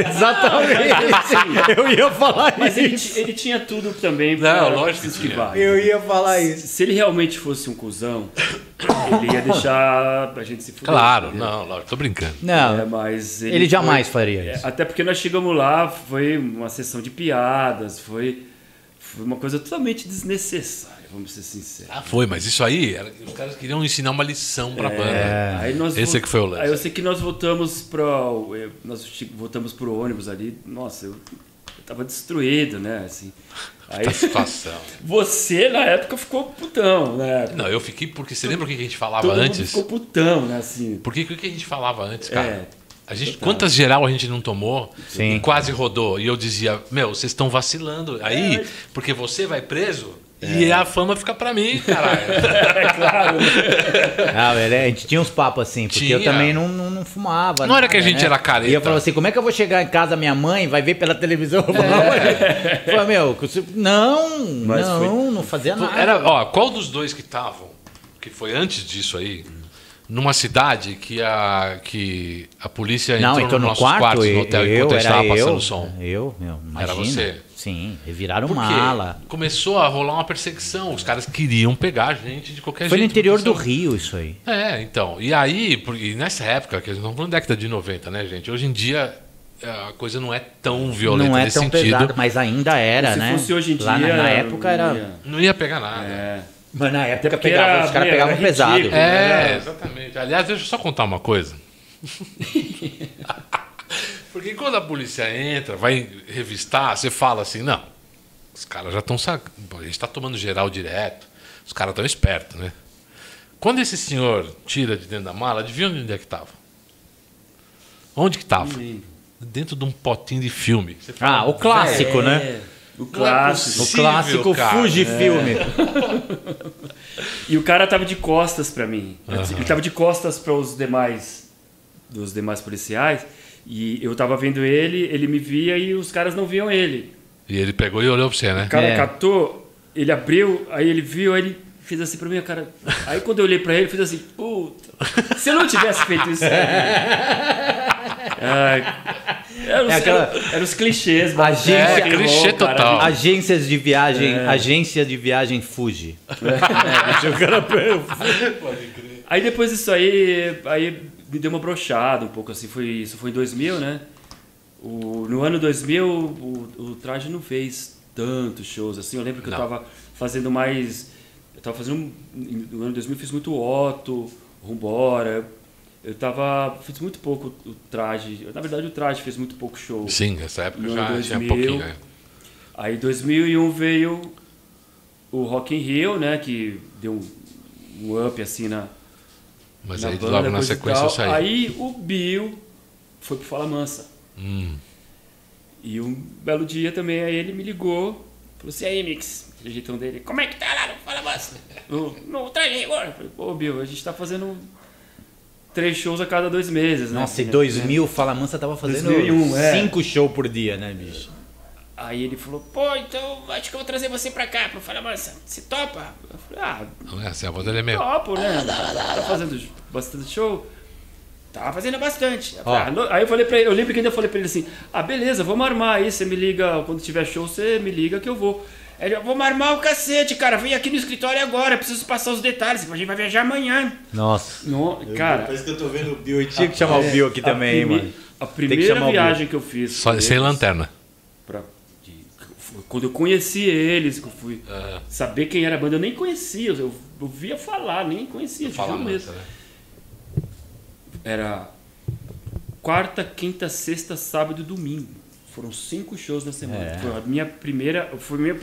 Exatamente. Eu ia falar Mas ele, isso. ti- ele tinha tudo também Não, pra lógico que se tinha. esquivar. Eu ia falar isso. Se ele realmente fosse um cuzão, ele ia deixar pra gente se fuder. Claro, entendeu? não, lógico, tô brincando. Não, É, mas ele, ele jamais foi- faria é, isso. Até porque nós chegamos lá, foi uma sessão de piadas, foi, foi uma coisa totalmente desnecessária, vamos ser sinceros. Ah, foi, mas isso aí, era- os caras queriam ensinar uma lição pra banda. Aí nós Esse vol- é que foi o lance. Aí eu sei que nós voltamos pro eh, nós che- voltamos pro ônibus ali. Nossa, eu, eu tava destruído, né, assim. Aí Essa situação. você na época ficou putão, né? Não, eu fiquei porque você lembra o que a gente falava Todo mundo antes? ficou putão, né, assim. Porque o que a gente falava antes, cara? É, A gente, quantas geral a gente não tomou Sim. e quase rodou? E eu dizia, meu, vocês estão vacilando. Aí, É, mas- porque você vai preso e a fama fica pra mim, caralho. é claro. Ah, velho, a gente tinha uns papos assim, porque eu Tinha. também não, não, não fumava. Não era nada, que a gente né? era careta. E eu falava assim, como é que eu vou chegar em casa, minha mãe vai ver pela televisão? Eu falava, É. eu falava, meu, você- não, Mas não, foi- não fazia nada. Era, ó, qual dos dois que estavam, que foi antes disso aí, numa cidade que a, que a polícia Não, entrou então nos no nossos quarto, quartos no eu, hotel eu enquanto a gente era estava passando eu, o som? eu, meu, imagina. Era você? Sim, reviraram Por quê? mala. Começou a rolar uma perseguição. Os caras queriam pegar a gente de qualquer Foi no jeito. interior porque do são- Rio isso aí. É, então. E aí, porque nessa época, que a gente não falando da década de noventa, né, gente? Hoje em dia a coisa não é tão violenta Não é nesse tão sentido. pesado, mas ainda era, Se né? fosse hoje em Lá dia. na, na época era. não ia. Não ia pegar nada. É. Mas na época porque pegava, era- os caras era pegavam ridículo. pesado. É, Era- exatamente. Aliás, deixa eu só contar uma coisa. Porque quando a polícia entra, vai revistar, você fala assim, não, os caras já estão sacando, a gente está tomando geral direto, os caras estão espertos, né? Quando esse senhor tira de dentro da mala, adivinha onde é que estava? Onde que estava? Não lembro. Dentro de um potinho de filme. Você Ah, o clássico, né? É, o Não é clássico. O possível, clássico cara. Fujifilme. E o cara tava de costas pra mim. Ele tava de costas para os demais dos demais policiais e eu tava vendo ele, ele me via e os caras não viam ele. E ele pegou e olhou pra você, né? O cara É. catou, ele abriu, aí ele viu, aí ele fez assim pra mim, cara. Aí quando eu olhei pra ele, ele fez assim, puta, se eu não tivesse feito isso. Ai, era, os, É aquela- era, era os clichês, mano. Agência- É, Rock and roll, clichê cara. total. Agências de viagem, É. agência de viagem Fuji. É, o cara- Aí depois disso aí, aí me deu uma brochada um pouco assim, foi, isso foi em dois mil, né? O, no ano dois mil, o, o Traje não fez tantos shows assim. Eu lembro que Não. eu tava fazendo mais... Eu tava fazendo... No ano dois mil eu fiz muito Otto, Rumbora. Eu tava... Fiz muito pouco o Traje. Na verdade, o Traje fez muito pouco show. Sim, nessa época No já ano tinha dois mil. pouquinho. É. Aí em dois mil e um veio o Rock in Rio, né? Que deu um, um up assim na... Mas na aí banda, logo na coisa e sequência tal. eu saí. Aí o Bill foi pro Fala Mansa. Hum. E um belo dia também, aí ele me ligou, falou assim, aí Mix, o jeitão dele, como é que tá lá no Fala Mansa? No, no Traje agora. Eu falei, pô Bill, a gente tá fazendo três shows a cada dois meses, né? Nossa, em dois mil, Fala Mansa tava fazendo dois mil e um, é. cinco shows por dia, né, bicho? Aí ele falou, pô, então acho que eu vou trazer você pra cá, pro Fala Mansa, você topa? Eu falei, ah, Não é assim, a voz dele é meio. topo, né? Tá fazendo bastante show? Tava fazendo bastante. Ó. Ah, no- Aí eu falei pra ele, eu lembro que ainda falei pra ele assim, ah, beleza, vamos armar aí, você me liga, quando tiver show, você me liga que eu vou. Aí ele, vamos armar o cacete, cara, vem aqui no escritório agora, preciso passar os detalhes, a gente vai viajar amanhã. Nossa. No, cara, Parece que eu tô vendo o Bill. Eu tinha que chamar o Bill aqui a também, prime- mano. A que primeira chamar o viagem que eu fiz Só, com sem eles, lanterna. pra- de- foi quando eu conheci eles, que eu fui Ah. saber quem era a banda, eu nem conhecia, eu, eu via falar, nem conhecia, Fala juro Mansa, mesmo. né? Era quarta, quinta, sexta, sábado e domingo. Foram cinco shows na semana. É. Foi a minha primeira. Foi a minha,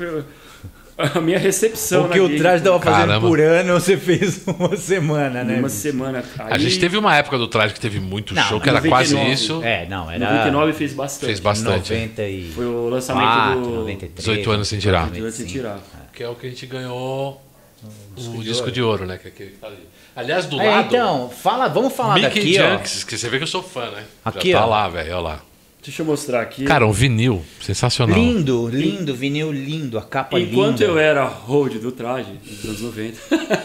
a minha recepção. O que na o gig. Traje tava fazendo Caramba. por ano, você fez uma semana, né? Uma bicho? semana. A Aí, gente teve uma época do Traje que teve muito Não, show, que era noventa e nove. quase isso. É, não, era... noventa e nove fez bastante. Fez bastante. noventa e Foi o lançamento quatro, do. noventa e três, dezoito anos sem tirar. dezoito sem tirar. Que é o que a gente ganhou o disco de ouro, né? Que é aquele que tá ali. Aliás, do É, lado, então, fala, vamos falar Mickey daqui, ó. Junks, que você vê que eu sou fã, né? Aqui, Já tá ó. lá, velho, olha lá. Deixa eu mostrar aqui. Cara, um vinil, sensacional. Lindo, lindo, vinil lindo, a capa Enquanto linda. eu era road do Traje, nos anos noventa,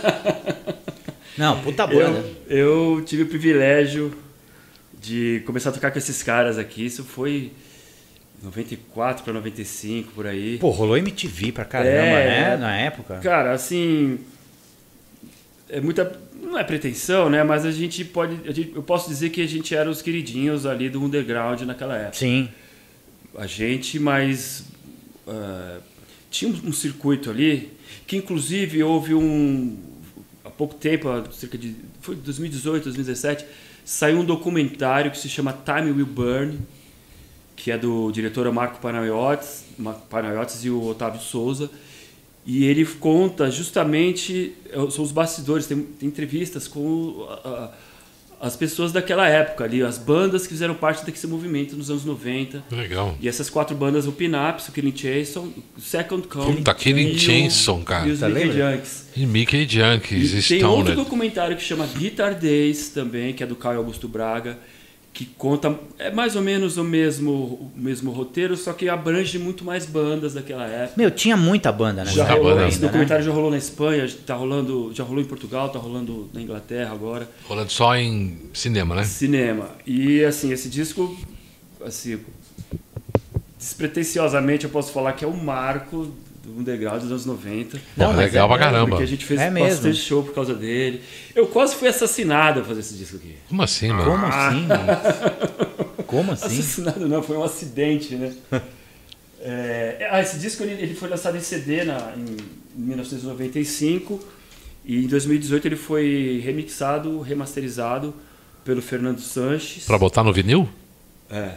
Não, puta banda. eu, eu tive o privilégio de começar a tocar com esses caras aqui. Isso foi noventa e quatro para noventa e cinco, por aí. Pô, rolou M T V pra caramba, É, né? é. Na época. Cara, assim, é muita, não é pretensão, né? Mas a gente pode, a gente- eu posso dizer que a gente era os queridinhos ali do underground naquela época. Sim. A gente, mas ah, tinha um, um circuito ali que inclusive houve um há pouco tempo, há cerca de foi dois mil e dezoito, dois mil e dezessete, saiu um documentário que se chama Time Will Burn, que é do diretor Marco Panayotis, Marco Panayotis e o Otávio Souza. E ele conta justamente, são os bastidores, tem, tem entrevistas com a- a- as pessoas daquela época ali, as bandas que fizeram parte desse movimento nos anos noventa. Legal. E essas quatro bandas, o Pinaps, o Killing Chainsaw, o Second Coming Puta, Killing e o- Chainsaw, cara. e os Tá Mickey lembra? Junks. E Mickey Junkies, E tem outro Stoned. documentário que chama Guitar Days também, que é do Caio Augusto Braga, que conta, é mais ou menos o mesmo, o mesmo roteiro, só que abrange muito mais bandas daquela época. Meu, tinha muita banda nessa Já Muita época rolou, banda esse ainda, documentário já rolou na Espanha, tá rolando, já rolou em Portugal, tá rolando na Inglaterra agora. Rolando só em cinema, né? Cinema. E assim, esse disco, assim, despretensiosamente eu posso falar que é o marco do underground dos anos noventa. Não, Pô, mas legal é pra mesmo, caramba. Porque a gente fez É mesmo. bastante show por causa dele. Eu quase fui assassinado a fazer esse disco aqui. Como assim, mano? Como assim, bicho? Como assim? Assassinado não, foi um acidente, né? É, ah, esse disco ele, ele foi lançado em C D na, em mil novecentos e noventa e cinco e em dois mil e dezoito ele foi remixado, remasterizado pelo Fernando Sanches. Pra botar no vinil? É.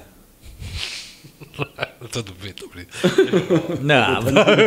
Tudo bem, tudo bem. Não,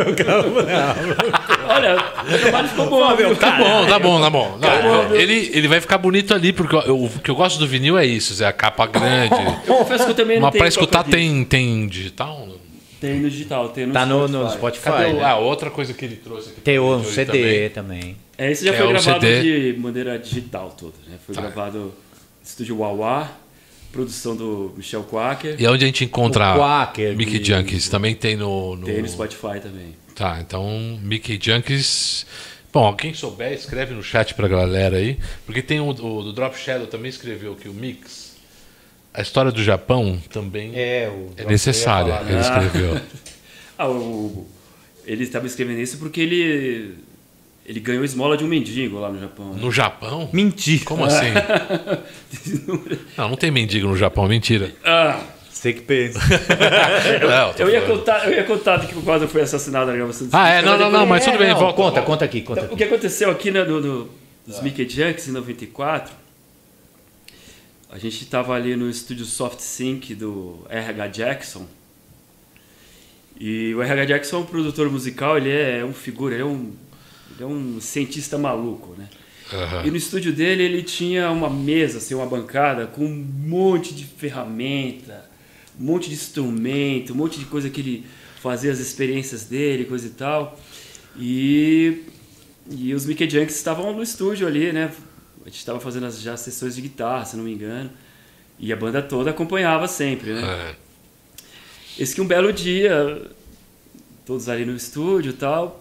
Olha, o trabalho ficou bom, viu? Tá bom, tá bom, tá bom. Não, ele, ele vai ficar bonito ali, porque eu- o que eu gosto do vinil é isso, é a capa grande. Eu confesso que eu também não Mas tenho pra escutar cópia disso. tem, tem digital? Tem no digital, tem no tá no, Spotify. no Spotify. Cadê o, né? ah, outra coisa que ele trouxe aqui. Tem pra um gente C D também. também. É, esse já É foi um gravado C D. de maneira digital todo, né? Foi Tá. gravado no estúdio Wauá, produção do Michel Quaker. E onde a gente encontra O Quaker, Mickey que- Junkies? Também tem no, no... Tem no Spotify também. Tá, então Mickey Junkies... Bom, quem souber, escreve no chat pra galera aí. Porque tem o, o do Drop Shadow também escreveu que o Mix... A história do Japão também é, É, o necessária. eu ia falar, Ele né? escreveu. Ah, o, ele estava escrevendo isso porque ele, ele ganhou esmola de um mendigo lá no Japão. né? No Japão? Mentira. Como assim? Não, não tem mendigo no Japão, mentira. Ah, Você que pensa. Não, tô Eu ia, falando. contar, eu ia contar que o quadro foi assassinado na gravação do Ah, é? Smickey, Não, não, não, mas É, tudo bem, não, volta. Conta, volta. conta aqui, conta Então, o aqui. que aconteceu aqui né, no, no, nos Mickey Junks em noventa e quatro, a gente estava ali no estúdio Soft Sync do R H Jackson. E o R H Jackson é um produtor musical, ele é um figura, ele é um, ele é um cientista maluco, né? Aham. E no estúdio dele ele tinha uma mesa, assim, uma bancada com um monte de ferramenta, um monte de instrumento, um monte de coisa que ele fazia as experiências dele, coisa e tal. E, e os Mickey Junks estavam no estúdio ali, né? A gente estava fazendo as, já as sessões de guitarra, se não me engano. E a banda toda acompanhava sempre, né? É. Esse que um belo dia, todos ali no estúdio e tal,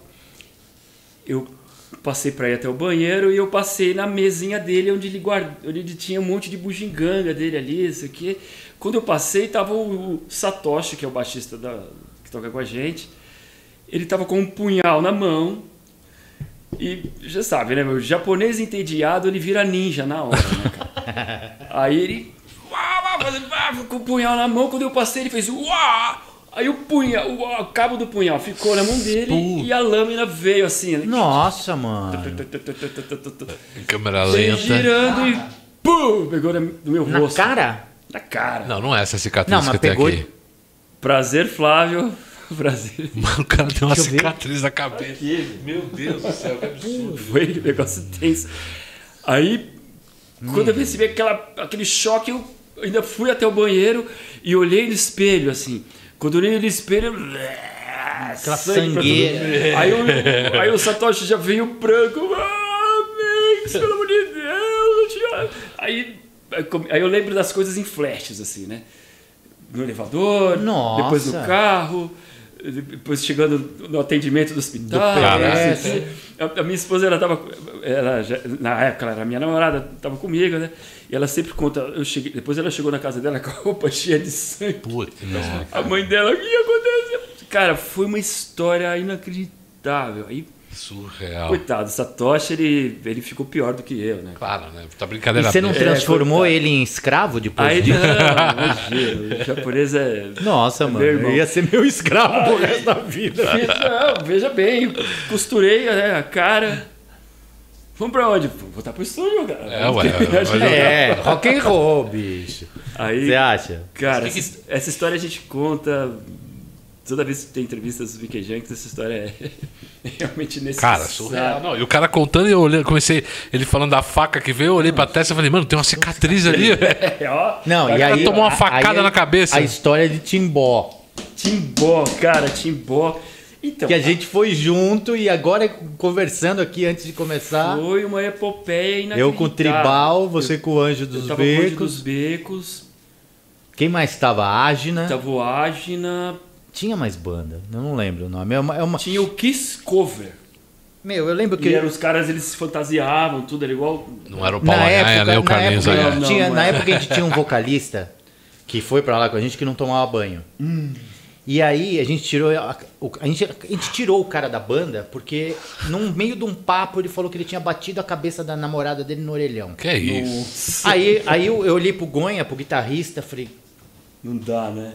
eu passei para ir até o banheiro e eu passei na mesinha dele onde ele, guarda, onde ele tinha um monte de bugiganga dele ali, isso aqui. Quando eu passei, tava o Satoshi, que é o baixista da, que toca com a gente. Ele tava com um punhal na mão e, já sabe, né, meu japonês entediado, ele vira ninja na hora, né, cara? Aí ele, uau, uau, com o punhal na mão, quando eu passei, ele fez uau! Aí o punhal, o, o cabo do punhal ficou na mão dele Puta. e a lâmina veio assim, né? Nossa, mano. Em câmera Veio lenta. girando e pum, pegou no meu Na rosto. cara? Na cara. Não, não é essa cicatriz Não, mas que tem pegou aqui. Prazer, Flávio. Prazer. Mano, o cara tem uma Deixa eu ver. cicatriz na cabeça. Meu Deus do céu, que absurdo. Foi um negócio tenso. Aí, quando eu percebi aquela, aquele choque, eu ainda fui até o banheiro e olhei no espelho, assim. Quando eu olhei no espelho, Aquela sangue pra sangueira. todo mundo. Aí, o- aí o Satoshi já veio branco. Ah, Mix, pelo amor de Deus. eu tinha-" Aí, aí eu lembro das coisas em flashes, assim, né? No elevador, Nossa. depois no carro, depois chegando no atendimento do hospital. Caraca. assim. A, a minha esposa, ela tava, ela já- na época ela era minha namorada, estava comigo, né? E ela sempre conta, eu cheguei, depois ela chegou na casa dela com a roupa cheia de sangue. Putz, não. A mãe dela, o que aconteceu? Cara, foi uma história inacreditável. Aí, Surreal. coitado, o Satoshi, ele, ele ficou pior do que eu, né? Claro, né? Tá E brincadeira. você não É, transformou coitado. ele em escravo depois Aí, disso? não, imagina, o japonês é... Nossa, Meu mano. irmão. Eu ia ser meu escravo pro resto da vida. Não, veja bem, costurei né, a cara. Vamos pra onde? Vamos voltar pro estúdio, cara. É, ué, mas- É, rock and roll, bicho. Aí, Você acha? cara, essa, essa história a gente conta toda vez que tem entrevistas do Mickey Junks, essa história é realmente necessária. Cara, surreal. Não, e o cara contando e eu olhei, comecei, ele falando da faca que veio, eu olhei pra testa e falei, mano, tem uma cicatriz ali, velho. É, ó, Não, O e cara aí. tomou uma a- facada aí na cabeça. A história de Timbó. Timbó, cara, Timbó. Então, Que a gente foi junto e agora conversando aqui antes de começar. foi uma epopeia inacreditável. Eu com o Tribal, você com o Anjo Eu dos tava com o Anjo Becos. dos Becos, Quem mais estava? Ágina. tava o Ágina, Tinha mais banda, eu não lembro o nome. É uma, é uma- tinha o Kiss Cover. Meu, eu lembro que. Que eram os caras, eles se fantasiavam, tudo era igual. Não era o Paulo Na Anhaia, época, nem o na, Carlinhos época, Anhaia. Não, tinha, não na é. época a gente tinha um vocalista que foi pra lá com a gente que não tomava banho. Hum. E aí a gente tirou a, o- a, gente, a gente tirou o cara da banda porque no meio de um papo ele falou que ele tinha batido a cabeça da namorada dele no orelhão. Que é isso? Aí, aí eu, eu olhei pro Gonha, pro guitarrista, falei, Não dá, né?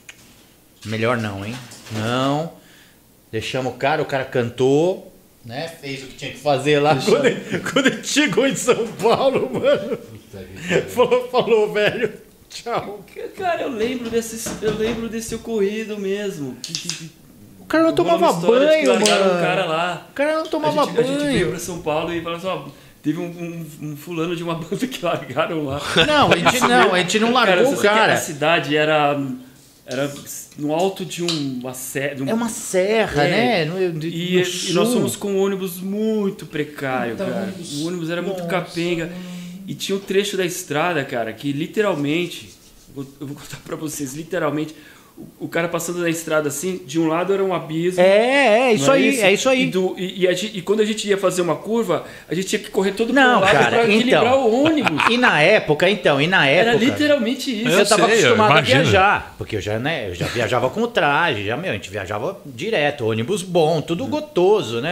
melhor não, hein? Não. Deixamos o cara, o cara cantou, né? Fez o que tinha que fazer lá. Quando ele, quando ele chegou em São Paulo, mano, falou, falou, velho, tchau. Cara, eu lembro desse, eu lembro desse ocorrido mesmo. Que- que- que- O cara não tomava uma história de que banho, largaram mano. um cara lá. O cara não tomava a gente, A gente veio banho. pra São Paulo e falou assim, ó, teve um, um- um fulano de uma banda que largaram lá. Não, a gente não, a gente não largou Cara, o você sabe que cara. a cidade era, era no alto de um- uma serra. É uma serra, É, né? No, de- E, no e sul. nós fomos com um ônibus muito precário, Puta, cara. ônibus- O ônibus era muito Nossa. capenga. E tinha um trecho da estrada, cara, que literalmente, eu vou, eu vou contar pra vocês, literalmente, o, o cara passando na estrada assim, de um lado era um abismo. É, é isso não aí, é isso aí. E, do- e- e a gente- e quando a gente ia fazer uma curva, a gente tinha que correr todo Não, pro lado cara, pra equilibrar então. o ônibus. E na época, então, e na Era época. literalmente isso. Eu, Eu tava sei, eu acostumado a imagino. viajar, porque eu já, né, eu já viajava com traje, já, meu, a gente viajava direto, ônibus bom, tudo gotoso, né?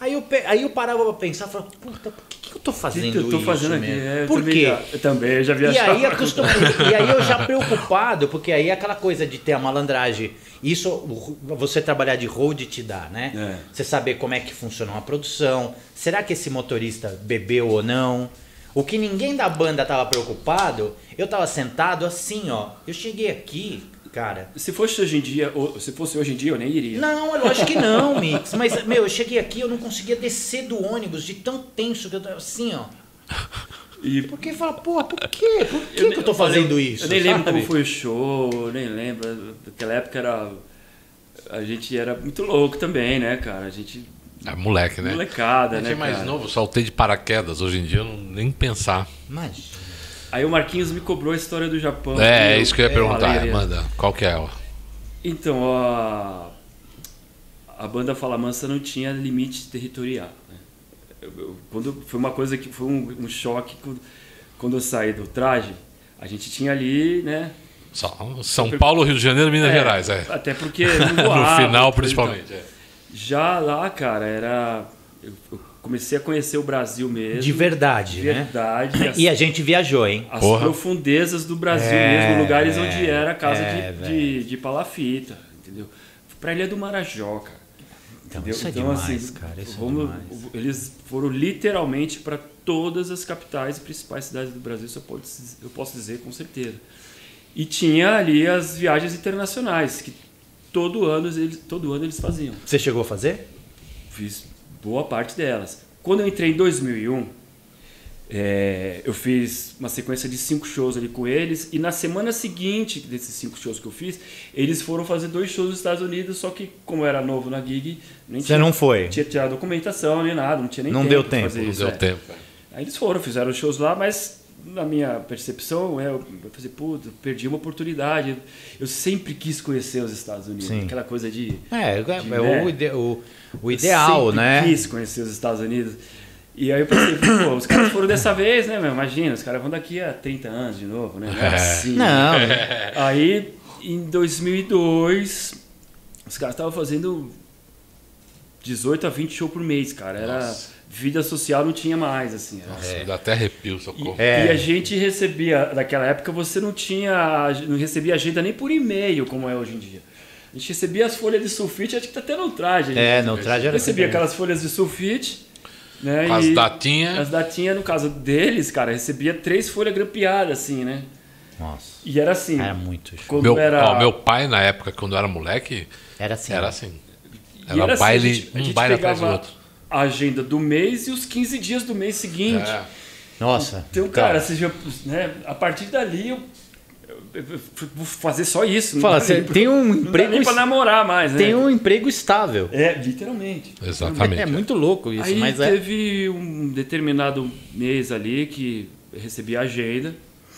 Aí eu, pe- aí eu parava pra pensar, falava, puta, por que, que eu tô O que fazendo que eu tô isso fazendo aqui? mesmo? É, eu Por também quê? já- eu também já E viajava. aí, acostum... e aí eu já preocupado, porque aí é aquela coisa de ter a malandragem. Isso o- você trabalhar de road te dá, né? É. Você saber como é que funciona uma produção. Será que esse motorista bebeu ou não? O que ninguém da banda tava preocupado, eu tava sentado assim, ó. Eu cheguei aqui, cara. Se fosse hoje em dia, ou- se fosse hoje em dia, eu nem iria. Não, eu acho que não, Mix. Mas, meu, eu cheguei aqui, eu não conseguia descer do ônibus de tão tenso que eu tava assim, ó. E Porque fala, porra, por quê? Por que, eu que eu tô fazendo isso? Eu nem lembro sabe? como foi o show, eu nem lembro. Naquela época era. A gente era muito louco também, né, cara? A gente. É moleque, né? Molecada, A gente né? é mais cara? novo, saltei de paraquedas. Hoje em dia eu não nem pensar. Imagina. Aí o Marquinhos me cobrou a história do Japão. É, é eu- isso que eu ia perguntar. falei, Manda, qual que é? ó? Então, a, a banda Fala Mansa não tinha limite territorial. Né? Eu- eu- quando, foi uma coisa que foi um, um choque quando, quando eu saí do traje. A gente tinha ali, né? Só- São Paulo, Rio de Janeiro, Minas É, Gerais. É. Até porque não No voava, final, coisa e principalmente. tal. é. Já lá, cara, era. Eu, eu comecei a conhecer o Brasil mesmo. De verdade, de né? verdade. As, E a gente viajou, hein? as Porra. profundezas do Brasil É, mesmo, lugares onde era a casa é, de, velho. de, de palafita, entendeu? Fui pra Ilha do Marajó, cara. Então, Entendeu? isso é demais, cara. Isso é vamos- demais. Eles foram literalmente para todas as capitais e principais cidades do Brasil, isso eu posso, eu posso dizer com certeza. E tinha ali as viagens internacionais, que todo ano eles, todo ano eles faziam. Você chegou a fazer? Fiz boa parte delas. Quando eu entrei em dois mil e um, é, eu fiz uma sequência de cinco shows ali com eles, e na semana seguinte desses cinco shows que eu fiz, eles foram fazer dois shows nos Estados Unidos, só que como eu era novo na gig, nem Você tinha, não foi? tinha tirado documentação nem nada, não tinha nem Não tempo deu pra tempo, fazer Não isso, deu é. tempo. Aí eles foram, fizeram os shows lá, mas na minha percepção, é, eu falei, puta, perdi uma oportunidade. Eu sempre quis conhecer os Estados Unidos, Sim. aquela coisa de... É, é De, o, né? ide- o, o Eu ideal, sempre né? quis conhecer os Estados Unidos. E aí eu pensei, pô, os caras foram dessa vez, né, meu? Imagina, os caras vão daqui a trinta anos de novo, né? Não é assim. Não, Aí, em dois mil e dois, os caras estavam fazendo dezoito a vinte shows por mês, cara. Era Nossa. vida social, não tinha mais, assim. Era- Nossa, me dá até arrepio, E, socorro. É. e a gente recebia, naquela época, você não tinha, não recebia agenda nem por e-mail, como é hoje em dia. A gente recebia as folhas de sulfite, acho que tá até no traje. a gente É, no traje era recebia assim. aquelas folhas de sulfite, né? Com as e datinhas. As datinhas, no caso deles, cara, recebia três folhas grampeadas, assim, né? Nossa, E era assim. era muito. Quando Meu, era, ó, meu pai, na época, quando eu era moleque, Era assim. era assim. e Era assim, baile, a gente, a um gente baile atrás do pegava outro. a agenda do mês e os quinze dias do mês seguinte. É. Nossa. Então, cara, você já, né, a partir dali eu, eu- eu vou fazer só isso. Fala, não dá você nem- tem um não dá emprego, nem pra namorar mais, né? tem um emprego estável. É, literalmente. Exatamente. É muito louco isso, Aí mas é. teve um determinado mês ali que eu recebi a agenda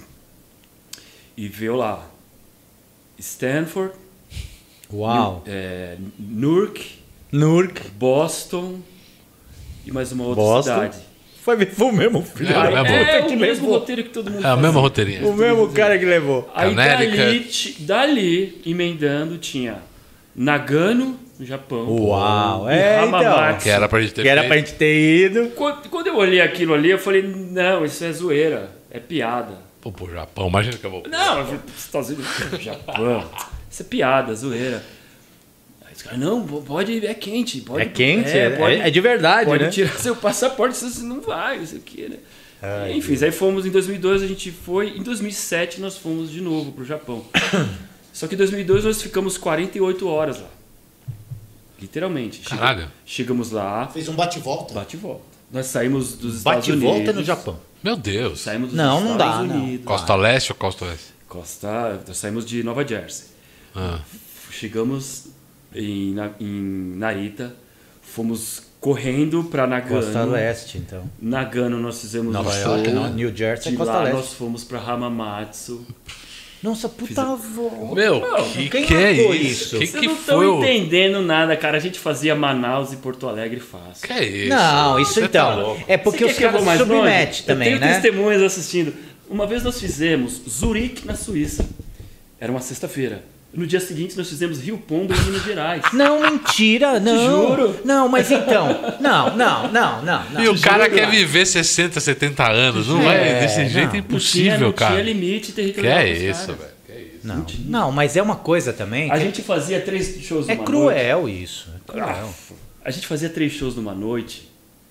e veio lá Stanford, Uau. é, Newark, Newark. Boston e mais uma outra Boston. cidade. Foi, foi o mesmo filho. É, da o mesmo. puta É, que o mesmo levou. roteiro que todo mundo É a mesma fazia. roteirinha. O mesmo cara que levou. Aí Connecticut. dali, ti- dali, emendando, tinha Nagano, no Japão. Uau. e É, Hamamatsu. então. Que era pra gente ter Que era feito. pra gente ter ido. Quando, quando eu olhei aquilo ali, eu falei, não, isso é zoeira, é piada. Pô, pro Japão, imagina que eu vou. Não, eu falei, Estados Unidos, Japão, isso é piada, zoeira. Aí os caras, não, pode, é quente. Pode, É quente, é, pode, é de verdade, pode né? tirar seu passaporte, você não vai, isso aqui, né? Ai, Enfim, aí fomos em dois mil e dois, a gente foi, em dois mil e sete nós fomos de novo pro Japão. Só que em dois mil e dois nós ficamos quarenta e oito horas lá. Literalmente. Chega- Caralho. Chegamos lá, Fez um bate-volta. bate e volta. Nós saímos dos Estados Bate e Unidos. volta no Japão. Meu Deus. Saímos dos Não, não Estados dá, não. Unidos. Costa Leste ou Costa Oeste? Costa, nós saímos de Nova Jersey. Ah. Chegamos em, Na- em Narita, fomos correndo para Nagano. Costa Leste, então. Nagano nós fizemos Nova um show. York, não, New Jersey é De Costa lá Leste. nós fomos para Hamamatsu. Nossa, puta avó. Meu, que quem que é marcou isso? isso? Que Vocês que não foi estão o... entendendo nada, cara. A gente fazia Manaus e Porto Alegre fácil. Que é isso? Não, isso Você então. tá louco. É porque Você os quer que eu caras vou mais submetem longe? também, eu tenho né? testemunhas assistindo. Uma vez nós fizemos Zurique, na Suíça. Era uma sexta-feira. No dia seguinte nós fizemos Rio Pombo em Minas Gerais. Não, mentira, não. juro. Não, mas então. Não, não, não, não. não. E o cara juro, quer mano. viver sessenta, setenta anos. Não É, é desse jeito, não. é impossível, não tinha, não cara. tinha limite Que territorial. é pros isso, caras. velho. Que é isso. Não, não, mas é uma coisa também. A que gente fazia três shows é numa cruel isso. É noite. cruel. A gente fazia três shows numa noite,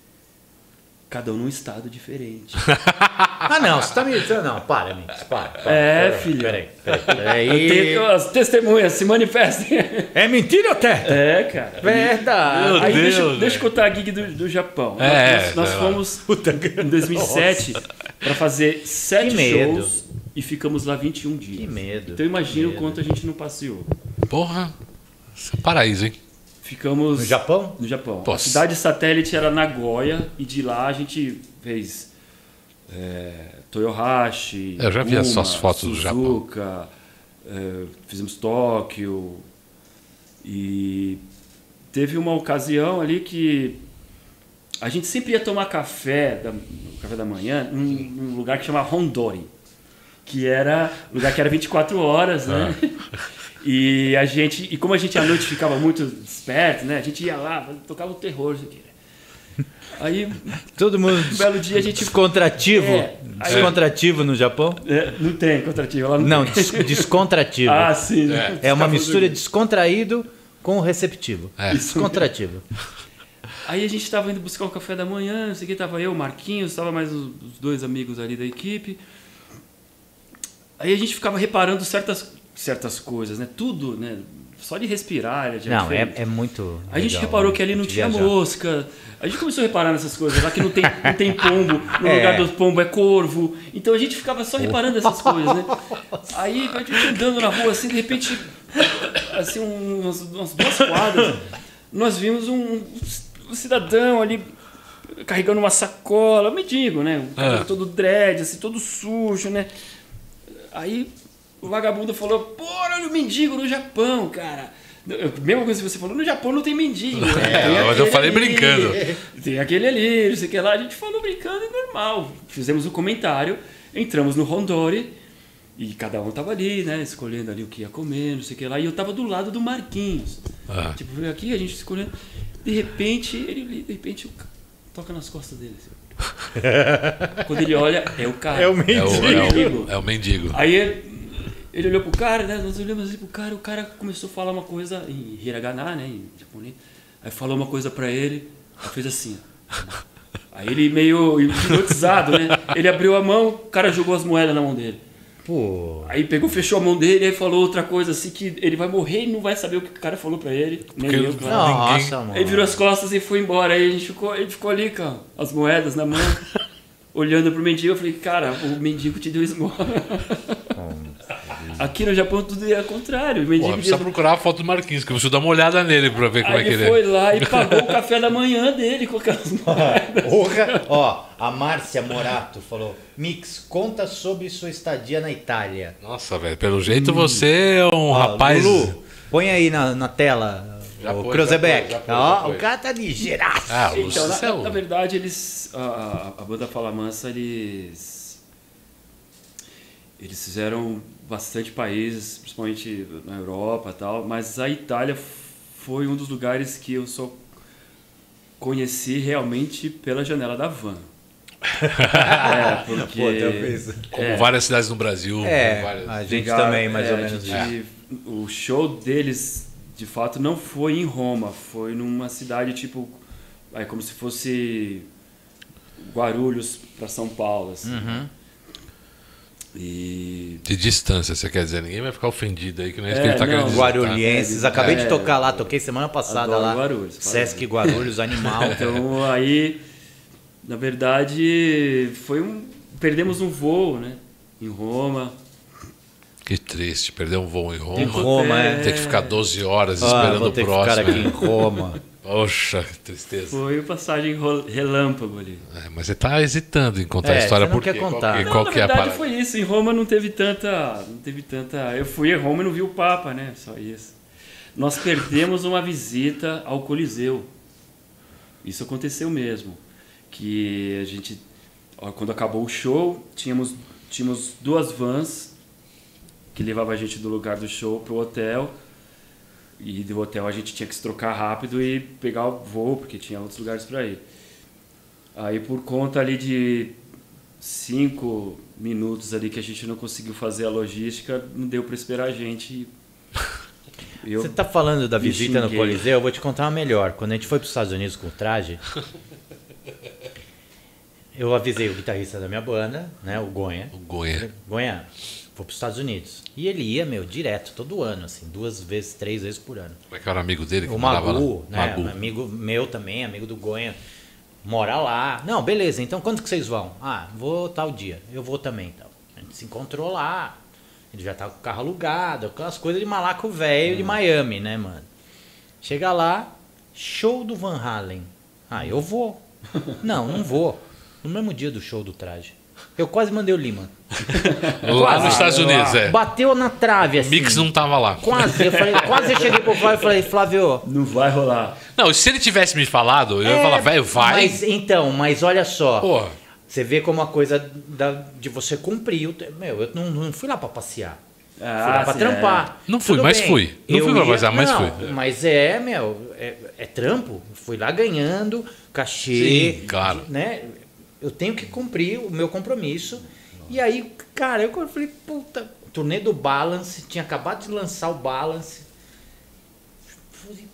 cada um num estado diferente. Ah, não, você tá me. Não, para, Mix. Para. para É, para, filho. Peraí, peraí. Eu peraí. tenho- As testemunhas se manifestem. É mentira ou teta? É, cara. Verdade. Meu Aí Deus, deixa, velho. deixa eu contar a gig do, do Japão. É, nós nós sei lá. fomos em dois mil e sete para fazer sete Que medo. shows e ficamos lá vinte e um dias. Que medo. Então imagina o Que quanto a gente não passeou. Porra, isso é paraíso, hein? Ficamos No Japão? No Japão. Pô, A cidade satélite era Nagoya e de lá a gente fez é, Toyohashi, Eu já vi as Guma, suas fotos do Suzuka, é, fizemos Tóquio e teve uma ocasião ali que a gente sempre ia tomar café, da, café da manhã num, num lugar que chama Hondori, que era um lugar que era vinte e quatro horas, né? E a gente, e como a gente à noite ficava muito esperto, né? A gente ia lá, tocava o terror, isso aqui. Aí, Todo mundo um belo dia a gente descontrativo. É, aí- Descontrativo no Japão? é, não tem contrativo lá, não, Não, tem. des- descontrativo. Ah, sim. né? É uma Ficava mistura tudo- descontraído com receptivo. É. Descontrativo. Aí a gente estava indo buscar o café da manhã, não sei o que, tava eu, o Marquinhos, estava mais os, os dois amigos ali da equipe. Aí a gente ficava reparando certas, certas coisas, né? Tudo, né? Só de respirar já é Não, é, diferente. é muito. A gente legal, reparou né? que ali não De tinha viajar. mosca. A gente começou a reparar nessas coisas. Lá que não tem, não tem pombo, no É. lugar do pombo é corvo. Então a gente ficava só reparando essas coisas, né? Aí a gente andando na rua assim, de repente, assim, umas, umas duas quadras, nós vimos um, um cidadão ali carregando uma sacola, mendigo, né? Um cara Ah. todo dread, assim, todo sujo, né? Aí o vagabundo falou, pô, olha o mendigo no Japão, cara. Eu- Mesma coisa que você falou, no Japão não tem mendigo. né? Tem É, mas eu aquele falei ali, brincando. Tem aquele ali, não sei o que lá. A gente falou brincando, é normal. Fizemos um comentário, entramos no Hondori e cada um tava ali, né? Escolhendo ali o que ia comer, não sei o que lá. E eu tava do lado do Marquinhos. Ah. Tipo, aqui a gente escolhendo. De repente, ele de repente toca nas costas dele. assim. Quando ele olha, é o cara. É o É o, mendigo. é o, é o mendigo. Aí ele, ele olhou pro cara, né? Nós olhamos assim pro cara, o cara começou a falar uma coisa em hiragana, né? Em japonês. Aí falou uma coisa pra ele, aí fez assim. ó. Aí ele meio hipnotizado, né? Ele abriu a mão, o cara jogou as moedas na mão dele. Pô. Aí pegou, fechou a mão dele, aí falou outra coisa assim que ele vai morrer e não vai saber o que o cara falou pra ele. Nem Porque eu, não- claro. Nossa, mano. Aí virou as costas e foi embora. Aí a gente ficou, ele ficou ali com as moedas na mão, olhando pro mendigo. Eu falei, cara, o mendigo te deu esmola. Aqui no Japão tudo é ao contrário. O mendigo Porra, precisa deu- procurar a foto do Marquinhos, que eu preciso dar uma olhada nele pra ver como Aí é que ele ele foi é. lá e pagou o café da manhã dele com aquelas moedas. Porra. Ó, a Márcia Morato falou: Mix, conta sobre sua estadia na Itália. Nossa, velho, pelo jeito você é um Ó, rapaz. Lulu, põe aí na, na tela Já o pôs, Cruzebeck. já pôs, já pôs, já Ó, pôs. o cara tá ligeiraço. Ah, o Então, na, você é o- na verdade, eles. A, a- a banda Fala Mansa, eles. Eles fizeram bastante países, principalmente na Europa e tal, mas a Itália foi um dos lugares que eu só conheci realmente pela janela da van. É, porque. Pô, então fez. Como é. várias cidades no Brasil. É, como várias- a gente Pegaram- também, mais é, ou a menos gente- isso. O show deles, de fato, não foi em Roma, foi numa cidade tipo. É como se fosse Guarulhos para São Paulo. Assim. Uhum. E. De distância, você quer dizer? Ninguém vai ficar ofendido aí, que não é isso É, que ele tá não, querendo dizer. tá? Guarulhenses, É, acabei é, de tocar lá, toquei semana passada adoro lá. Guarulhos, Sesc Guarulhos, animal. Então aí, na verdade, foi um. Perdemos um voo, né? Em Roma. Que triste, perder um voo em Roma. Em Roma, é. Ter que ficar doze horas Ah, esperando vou o ter que próximo. ficar aqui em Roma. Poxa, que tristeza. Foi passagem ro- relâmpago ali. É, mas você tá hesitando em contar É, a história você não por quê? quer Qual contar. que- Não, Qual na que é a verdade parada? foi isso. Em Roma não teve tanta, não teve tanta. Eu fui a Roma e não vi o Papa, né? Só isso. Nós perdemos uma visita ao Coliseu. Isso aconteceu mesmo. Que a gente, ó, quando acabou o show, tínhamos, tínhamos duas vans que levava a gente do lugar do show pro hotel. E do hotel a gente tinha que se trocar rápido e pegar o voo, porque tinha outros lugares para ir. Aí por conta ali de cinco minutos ali que a gente não conseguiu fazer a logística, não deu para esperar a gente. Eu Você tá falando da me visita no xinguei. Coliseu, eu vou te contar uma melhor. Quando a gente foi para os Estados Unidos com o traje, eu avisei o guitarrista da minha banda, né, o Gonha. O Goiânia. Gonha, vou para os Estados Unidos. E ele ia, meu, direto, todo ano, assim, duas vezes, três vezes por ano. Como é que era o amigo dele que O morava Magu, lá? né, Magu. amigo meu também, amigo do Gonha, mora lá. Não, beleza, então quando que vocês vão? Ah, vou tal dia. Eu vou também, então. A gente se encontrou lá, ele já tava com o carro alugado, aquelas coisas de malaco velho de Miami, né, mano? Chega lá, show do Van Halen. Ah, eu vou. Não, não vou. No mesmo dia do show do traje. Eu quase mandei o Lima. Lá nos Estados Unidos, é. Bateu na trave, O assim. Mix não tava lá. Quase, eu falei, quase eu cheguei pro Flávio e falei, Flávio... Não vai rolar. Não, se ele tivesse me falado, eu ia é, falar, velho, vai. Mas, então, mas olha só. Porra. Você vê como a coisa da, de você cumprir. O, te- meu, eu não, não fui lá pra passear. fui lá pra sim, trampar. Não fui, Tudo mas bem. fui. Não Eu fui pra ia- passear, mas não, fui. Mas é, meu, é, é trampo. Fui lá ganhando cachê. Sim, claro. Né? Eu tenho que cumprir o meu compromisso. E aí, cara, eu falei, puta, turnê do Balance, tinha acabado de lançar o Balance. Falei,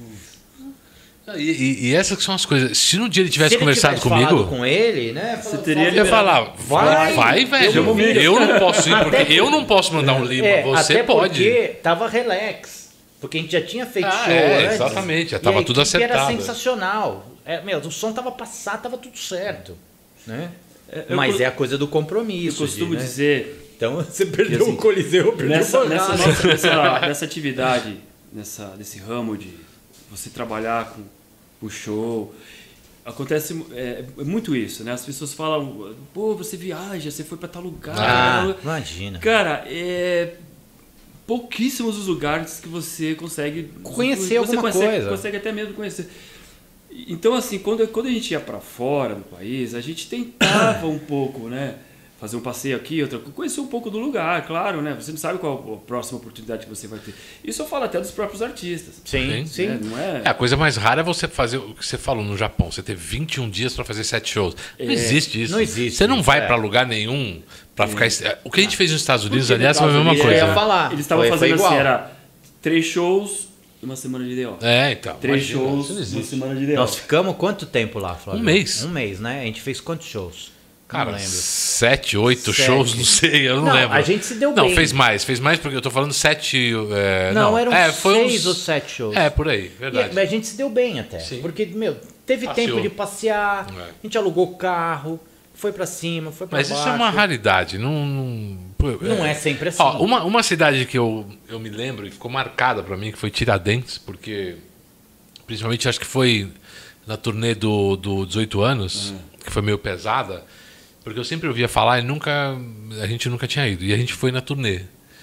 E, e- e essas que são as coisas. Se no dia ele tivesse se ele conversado tivesse comigo, falado com ele, né? Você falou, teria eu ia Flávio, falar, vai, Vai, vai, velho. eu Eu, vou. não posso ir, Até porque porque- eu não posso mandar um Lima. É, Você até pode. porque tava relax. Porque a gente já tinha feito Ah, show é, antes. exatamente, já e tava a tudo equipe Era acertado. sensacional. É, meu, o som tava passado, tava tudo certo. Né? eu Mas co- é a coisa do Eu compromisso. costumo de, né? dizer, Então você perdeu Que, assim, o Coliseu, perdeu nessa, o nessa, Fantasma. nossa, nessa, nessa atividade, nessa, nesse ramo de você trabalhar com o show, acontece é, é muito isso, né? As pessoas falam, pô, você viaja, você foi pra tal lugar. Ah, tal- imagina. Cara, é pouquíssimos os lugares que você consegue Conhecer você alguma consegue, coisa. consegue até mesmo conhecer. Então, assim, quando, quando a gente ia para fora do país, a gente tentava um pouco, né? Fazer um passeio aqui, outra, conhecer um pouco do lugar, claro, né? Você não sabe qual a próxima oportunidade que você vai ter. Isso eu falo até dos próprios artistas. Sim, Sim. sim. né? Não é? É, a coisa mais rara é você fazer o que você falou no Japão. Você ter vinte e um dias pra fazer sete shows. Não É, existe isso. não existe Você não isso, vai é. pra lugar nenhum pra ficar. O que a gente fez nos Estados Unidos, Porque, no aliás, foi a caso mesma dele, coisa. eu ia né? falar. Eles estavam Foi- foi fazendo assim, igual. era três shows, uma semana de D O. É, então. Três imagina, shows, isso não uma existe. semana de D O. Nós ficamos quanto tempo lá, Flávio? Um mês. Um mês, né? A gente fez quantos shows? Cara, não lembro. sete, oito Sete. shows, não sei, eu não, Não, lembro. a gente se deu Não, bem. fez mais, fez mais porque eu tô falando sete. é, Não, não, eram é, foi seis uns- ou sete shows. É, por aí, E verdade. a gente se deu bem até. Sim. Porque, meu, teve Passeou. tempo de passear, É. a gente alugou o carro, foi pra cima, foi pra Mas baixo. isso é uma raridade, não. Não, pô, Não é sempre assim. Ó, uma, uma cidade que eu, eu me lembro e ficou marcada pra mim, que foi Tiradentes, porque principalmente acho que foi na turnê do, do dezoito anos, que foi meio pesada, porque eu sempre ouvia falar e nunca a gente nunca tinha ido. E a gente foi na turnê.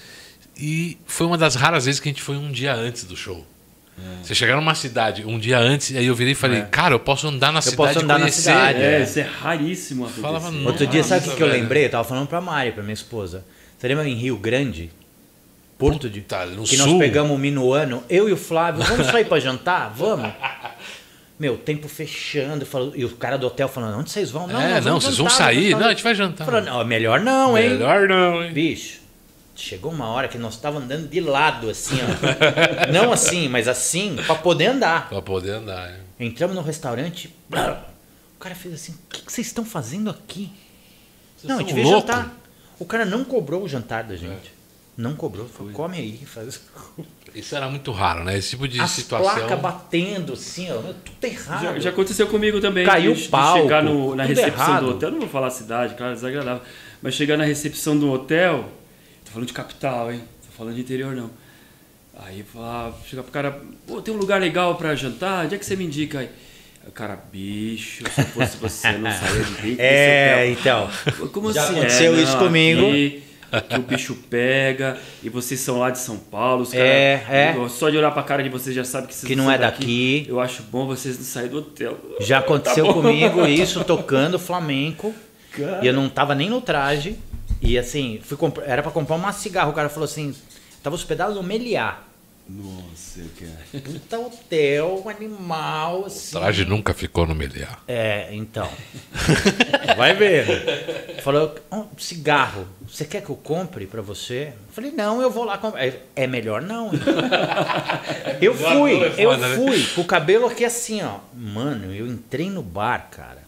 E foi uma das raras vezes que a gente foi um dia antes do show. Você chegar numa cidade um dia antes, e aí eu virei e falei, É. cara, eu posso andar na cidade posso andar e na conhecer. cidade, É, É. isso é raríssimo acontecer. Falava, Outro dia, sabe o que, Nossa, que eu velho. lembrei? Eu tava falando pra Mari, pra minha esposa. Você lembra em Rio Grande? Porto de... Puta, no que sul. nós pegamos o Minuano, eu e o Flávio, vamos sair pra jantar? Vamos? Meu, tempo fechando, falou- e o cara do hotel falando, onde vocês vão? É, nós não, vamos vocês vão jantar, sair? vamos Não, a gente vai jantar. Falou, não, melhor não, hein? Melhor não, hein? Bicho, chegou uma hora que nós estávamos andando de lado, assim, ó. Não assim, mas assim, pra poder andar. Pra poder andar, é. Entramos no restaurante, o cara fez assim, o que, que vocês estão fazendo aqui? Não, a gente são veio louco? jantar. O cara não cobrou o jantar da gente. Não cobrou, falou, come aí, faz... Isso era muito raro, né? Esse tipo de As situação. placas batendo assim, ó, tudo errado. Já, já aconteceu comigo também. Caiu de, de palco, chegar no- na tudo recepção errado. do hotel, não vou falar a cidade, claro, desagradável. Mas chegar na recepção do hotel, tô falando de capital, hein? Tô falando de interior, não. Aí falar, chegar pro cara, pô, tem um lugar legal pra jantar, onde é que você me indica aí? Aí o cara, bicho, se eu fosse você, eu não saía de dentro É, desse então. hotel. Pô, como Já assim? aconteceu É, isso não, comigo. Aqui, aqui o bicho pega, e vocês são lá de São Paulo, os É, caras, é. só de olhar pra cara de vocês já sabe que vocês Que não são é daqui. Eu acho bom vocês não saírem do hotel. Já aconteceu Tá bom. comigo isso, tocando flamenco. Cara. E eu não tava nem no traje. E assim, fui comp- era pra comprar uma cigarro. O cara falou assim, tava hospedado no Meliá. Nossa, cara. Puta hotel, um animal, assim. O traje nunca ficou no Meliá. É, então. Vai ver. Falou, oh, cigarro, você quer que eu compre pra você? Eu falei, não, eu vou lá comprar. É, é melhor não. Eu fui, não é foda, eu né? fui, com o cabelo aqui assim, ó. Mano, eu entrei no bar, cara.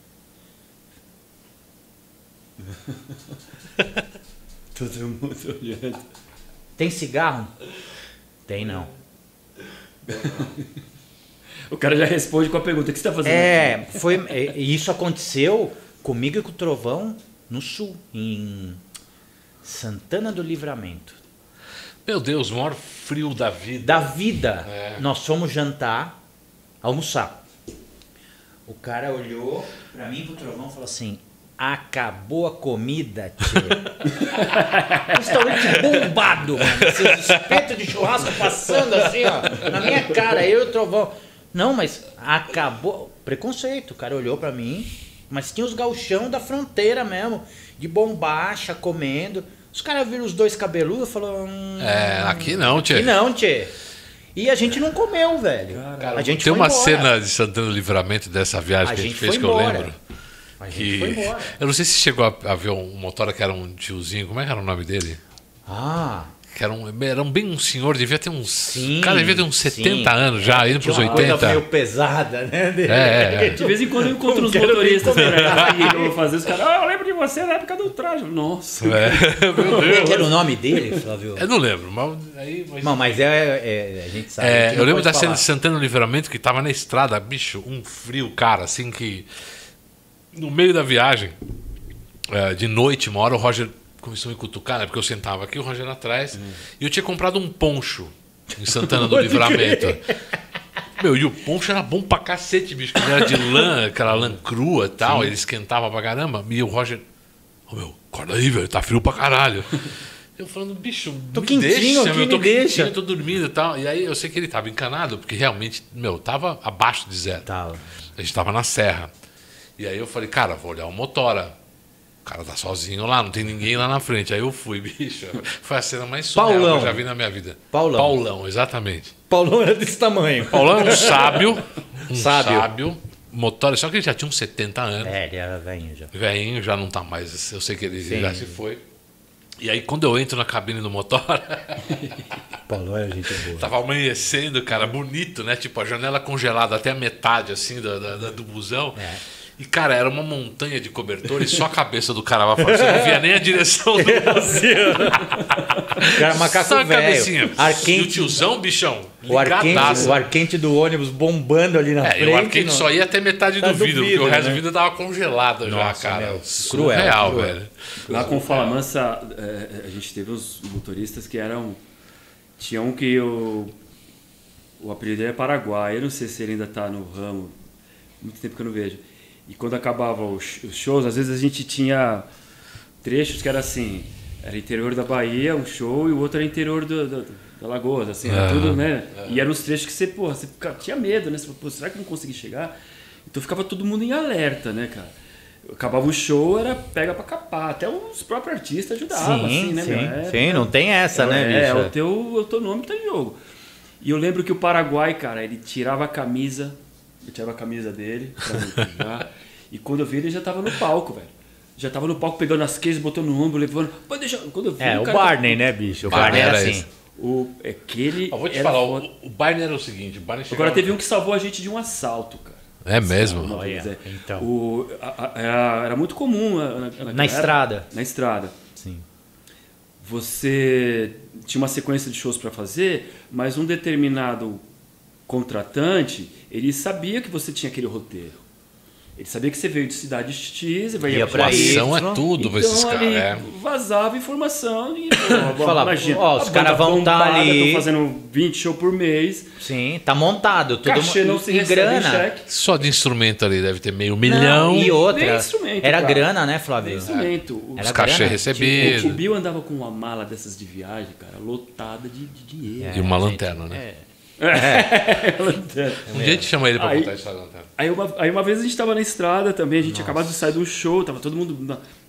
Todo mundo olhando. Tem cigarro? Tem não. O cara já responde com a pergunta: o que você tá fazendo aqui? É, foi, é, e isso aconteceu comigo e com o Trovão no sul, em Santana do Livramento. Meu Deus, o maior frio da vida. Da vida, É. nós fomos jantar, almoçar. O cara olhou pra mim e pro Trovão e falou assim: acabou a comida, tchê. Restaurante bombado, mano. Esses espetos de churrasco passando assim, ó, na minha cara, eu e o Trovão. Não, mas acabou. Preconceito. O cara olhou pra mim, mas tinha os gauchão da fronteira mesmo, de bombacha, comendo. Os caras viram os dois cabeludos e falaram: hum, É, aqui não, tchê. aqui não, tchê. E a gente não comeu, velho. Cara, a gente tem foi uma embora. cena de Santana do Livramento dessa viagem A que a gente gente fez foi que eu embora. lembro. A gente Que... foi embora. Eu não sei se chegou a, a ver um motora que era um tiozinho. Como é que era o nome dele? Ah, Que era um, era um bem um senhor, devia ter uns. sim. O cara devia ter uns setenta sim. anos já, indo pros tinha uma coisa oitenta. meio pesada, né? dele. É, é, é. De vez em quando eu encontro Não uns quero nem motoristas comer. pra ir, eu vou fazer os caras. Ah, eu lembro de você na época do traje. Nossa. É. Meu Como é Deus. que era o nome dele, Flávio? Eu não lembro, mas aí. Mas... Não, mas é, é- a gente sabe. É, a gente eu não lembro pode da cena falar. de Santana do Livramento que tava na estrada, bicho, um frio, cara, assim que. No meio da viagem, é, de noite, uma hora o Roger começou a me cutucar, né? Porque eu sentava aqui, o Roger atrás, e eu tinha comprado um poncho em Santana do Pode Livramento. Meu, e o poncho era bom pra cacete, bicho, que ele era de lã, aquela lã crua e tal, ele esquentava pra caramba. E o Roger, ô meu, acorda aí, velho, tá frio pra caralho. Eu falando, bicho, Tô me quentinho deixa, aqui, meu, eu tô me quentinho, deixa. eu tô dormindo e tal. E aí eu sei que ele tava encanado, porque realmente, meu, tava abaixo de zero. Tava. A gente tava na serra. E aí eu falei, cara, vou olhar o motora. O cara tá sozinho lá, não tem ninguém lá na frente. Aí eu fui, bicho. Foi a cena mais surreal Paulão. que eu já vi na minha vida. Paulão. Paulão, exatamente. Paulão era desse tamanho. Paulão é um sábio. Um Sábio. sábio. Motora, só que ele já tinha uns setenta anos. É, ele era velhinho já. Velhinho, já não tá mais. Eu sei que ele Sim. já se foi. E aí, quando eu entro na cabine do motora, Paulão era gente boa. tava amanhecendo, cara, bonito, né? Tipo, a janela congelada até a metade, assim, da, da- da- do busão. É. E, cara, era uma montanha de cobertor e só a cabeça do cara lá fora. Você não via nem a direção do O cara macaco Só a velho. cabecinha. Ar E o quente, tiozão, bichão, o, ar quente, ligadaço. o ar quente do ônibus bombando ali na É, frente. e o ar quente no- só ia até metade Tá do do vidro, vidro, porque o resto né? do vidro tava congelado já, Nossa, cara. meu, Surreal, cruel, cruel. velho. Lá com o Fala Mansa, é, a gente teve uns motoristas que eram. Tinha um que o, o apelido dele é Paraguai. Eu não sei se ele ainda tá no ramo. Muito tempo que eu não vejo. E quando acabava os os shows, às vezes a gente tinha trechos que era assim: era interior da Bahia, um show, e o outro era interior do, do, da Lagoas, assim, era Aham. tudo, né? E eram os trechos que você, porra, você ficava- tinha medo, né? Você falou, pô, será que eu não consegui chegar? Então ficava todo mundo em alerta, né, cara? Acabava o show, era pega pra capar. Até os próprios artistas ajudavam, Sim, assim, né, sim, meu? É, sim, não tem essa, é, né, É, bicho? o teu, o teu nome tá em jogo. E eu lembro que o Paraguai, cara, ele tirava a camisa, eu tirava a camisa dele pra não jogar, e quando eu vi ele já tava no palco, velho. Já tava no palco pegando as cases, botando no ombro, levando. Pode deixar. Quando eu vi, É, o cara, Barney, né, bicho? O Barney Barney era era assim. esse. O, é aquele. Eu vou te era falar, foda. o, o Barney era o seguinte, o Barney chegava... Agora teve um que salvou a gente de um assalto, cara. É mesmo? Uma Olha, vez, é. então. O, a- a- era, era muito comum na, naquela Na época. estrada. Na estrada. Sim. Você tinha uma sequência de shows para fazer, mas um determinado contratante, ele sabia que você tinha aquele roteiro. Ele sabia que você veio de cidade X e vai Ia pra Y. Ação é tudo pra esses Então caras. ali É. vazava informação e pô, Falava, imagina, ó, os a caras banda vão tá bombada, ali. tão fazendo vinte shows por mês. Sim, tá montado. Tudo Cachê não mu- se e recebe em grana. cheque. Só de instrumento ali deve ter meio Não, milhão. e outra. Nem instrumento, Era cara. grana, né, Flávio? Instrumento. O- Era Os cachê grana. recebidos. O, o Bill andava com uma mala dessas de viagem, cara, lotada de, de dinheiro. E uma É, gente, lanterna, né? é. Um dia a gente chama ele pra Aí- contar a história da lanterna. Aí uma, aí uma vez a gente tava na estrada também, a gente tinha acabado de sair de um show, tava todo mundo na-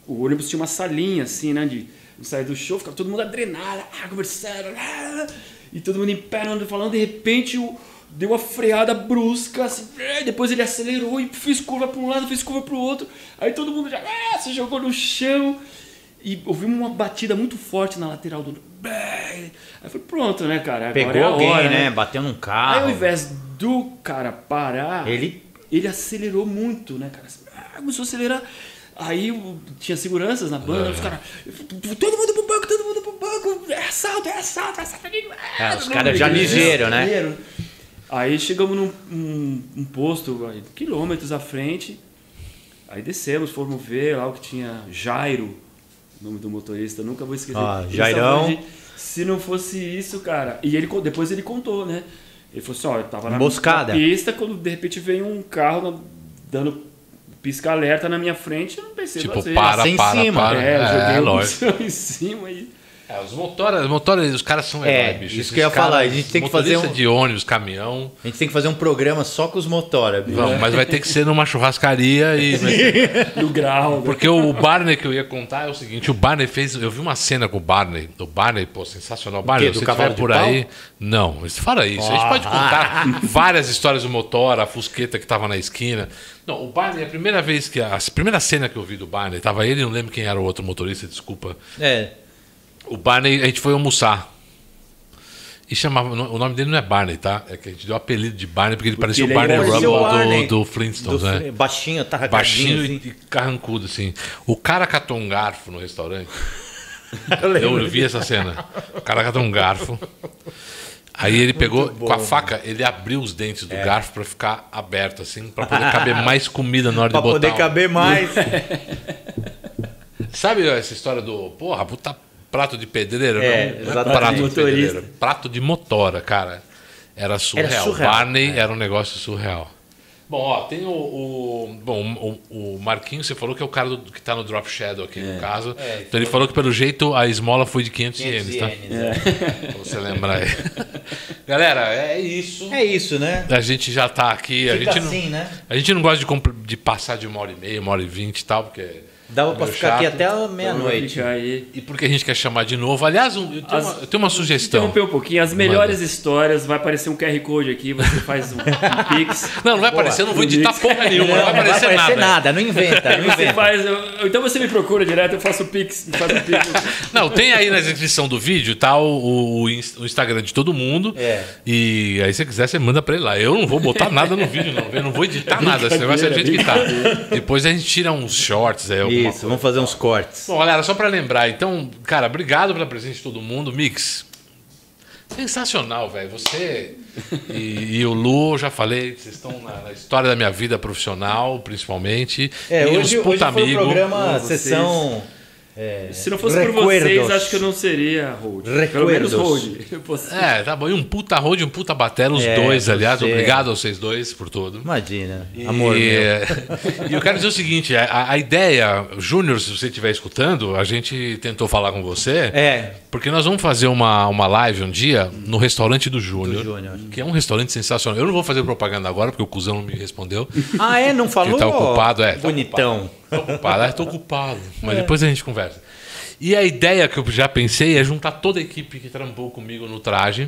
o ônibus tinha uma salinha assim, né? De, de sair do show, ficava todo mundo adrenado, ah, conversando, ah, e todo mundo em pé, falando, de repente o, deu uma freada brusca, assim, depois ele acelerou e fez curva para um lado, fez curva para o outro, aí todo mundo já ah, se jogou no chão e ouvimos uma batida muito forte na lateral do... Aí foi pronto, né, cara? Agora Pegou é a alguém, hora, né? Bateu num carro. Aí ao invés do cara parar, Ele... ele acelerou muito, né, cara? Ah, começou a acelerar. Aí o- tinha seguranças na banda, os caras. Todo mundo pro banco, todo mundo pro banco. É assalto, é assalto, é assalto. É, os caras já ligeiro, né? Aí chegamos num um, um posto, aí, quilômetros à frente. Aí descemos, fomos ver lá o que tinha Jairo, o nome do motorista, nunca vou esquecer. Ah, Ele Jairão. estava onde- Se não fosse isso, cara. E ele, depois ele contou, né? Ele falou assim: ó, eu tava na, Emboscada. na pista, quando de repente veio um carro na- dando pisca-alerta na minha frente, eu não pensei Tipo, duas vezes. para, Passa em para, cima. para. É, eu joguei É, o lógico. busão em cima e... É, os motores, os motores, os caras são É, heróis, bicho. isso Esses que eu ia caras, falar, a gente tem que fazer motorista um- de ônibus, caminhão. A gente tem que fazer um programa só com os motora, bicho. Vamos, mas vai ter que ser numa churrascaria e. no grau. né? Porque o Barney que eu ia contar é o seguinte: o Barney fez. Eu vi uma cena com o Barney. O Barney, pô, sensacional. Barney, quê? se Do você cavalo estiver de por pau? aí. Não, mas fala isso. A gente pode contar várias histórias do motor, a fusqueta que tava na esquina. Não, o Barney, a primeira vez que. A primeira cena que eu vi do Barney, tava ele, não lembro quem era o outro motorista, desculpa. É. O Barney, a gente foi almoçar. E chamava. O nome dele não é Barney, tá? É que a gente deu o apelido de Barney porque ele parecia ele o Barney parecia Rubble o Barney do, do Flintstones, Do né? fre- Baixinho, tá Baixinho assim. e, e carrancudo, assim. O cara catou um garfo no restaurante. Eu lembro Eu vi essa cena. O cara catou um garfo. Aí ele pegou, com a faca, ele abriu os dentes do garfo pra ficar aberto, assim, pra poder caber mais comida na hora Pra de botar. poder um- caber mais. Sabe essa história do, porra, puta prato de pedreiro? É, não, não é exatamente. prato de Motorista. pedreiro. Prato de motora, cara. Era surreal. surreal, Barney era um negócio surreal. Bom, ó, tem o. o- bom, o, o Marquinhos, você falou que é o cara do- que tá no Drop Shadow aqui, no caso. É, então ele falou que pelo jeito a esmola foi de quinhentos ienes, tá? quinhentos ienes, é. Pra você lembrar aí. Galera, é isso. É isso, né? A gente já tá aqui. A Fica gente, assim, não, né? a gente não gosta de, compr- de passar de uma hora e meia, uma hora e vinte e tal, porque. Dava é pra meio ficar aqui chato. até a Então, meia-noite. fica aí. E porque a gente quer chamar de novo. Aliás, um- eu tenho, As- uma, eu tenho uma sugestão. Interromper um pouquinho. As melhores histórias, vai aparecer um Q R Code aqui, você faz um, um Pix. Não, não vai aparecer, eu não vou editar porra nenhuma, não, Não, vai não vai aparecer, aparecer nada. nada, não inventa, não Você inventa. faz, eu- então você me procura direto, eu faço o Pix. Faz o Pix. Não, tem aí na descrição do vídeo, tá? O, o, Inst- o Instagram de todo mundo. É. E aí, se quiser, você manda pra ele lá. Eu não vou botar nada no vídeo, não. Eu não vou editar nada. Esse negócio é do jeito que tá. Depois a gente tira uns shorts aí, alguma Isso, coisa. vamos fazer uns cortes. Bom, galera, só pra lembrar, então, cara, obrigado pela presença de todo mundo. Mix, sensacional, velho. Você e, e o Lu, eu já falei, vocês estão na, na história da minha vida profissional, principalmente. É, e hoje, os hoje puta foi o amigo. programa vocês. sessão... é, Se não fosse por recuerdos. vocês, acho que eu não seria hold. Pelo Recuerdos. menos hold. Eu posso- É, tá bom. E um puta road e um puta batera, os É, dois, aliás. você. Obrigado a vocês dois por tudo. Imagina, E, amor meu. e eu quero dizer o seguinte: a, a ideia, Júnior, se você estiver escutando, a gente tentou falar com você, É, porque nós vamos fazer uma, uma live um dia no restaurante do Júnior, Do Júnior. que é um restaurante sensacional. Eu não vou fazer propaganda agora, porque o cuzão não me respondeu. ah, é? Não falou? Ele tá ocupado, é. Tá Bonitão. Tô ocupado, ah, tô ocupado. Mas depois a gente conversa. E a ideia que eu já pensei é juntar toda a equipe que trampou comigo no traje.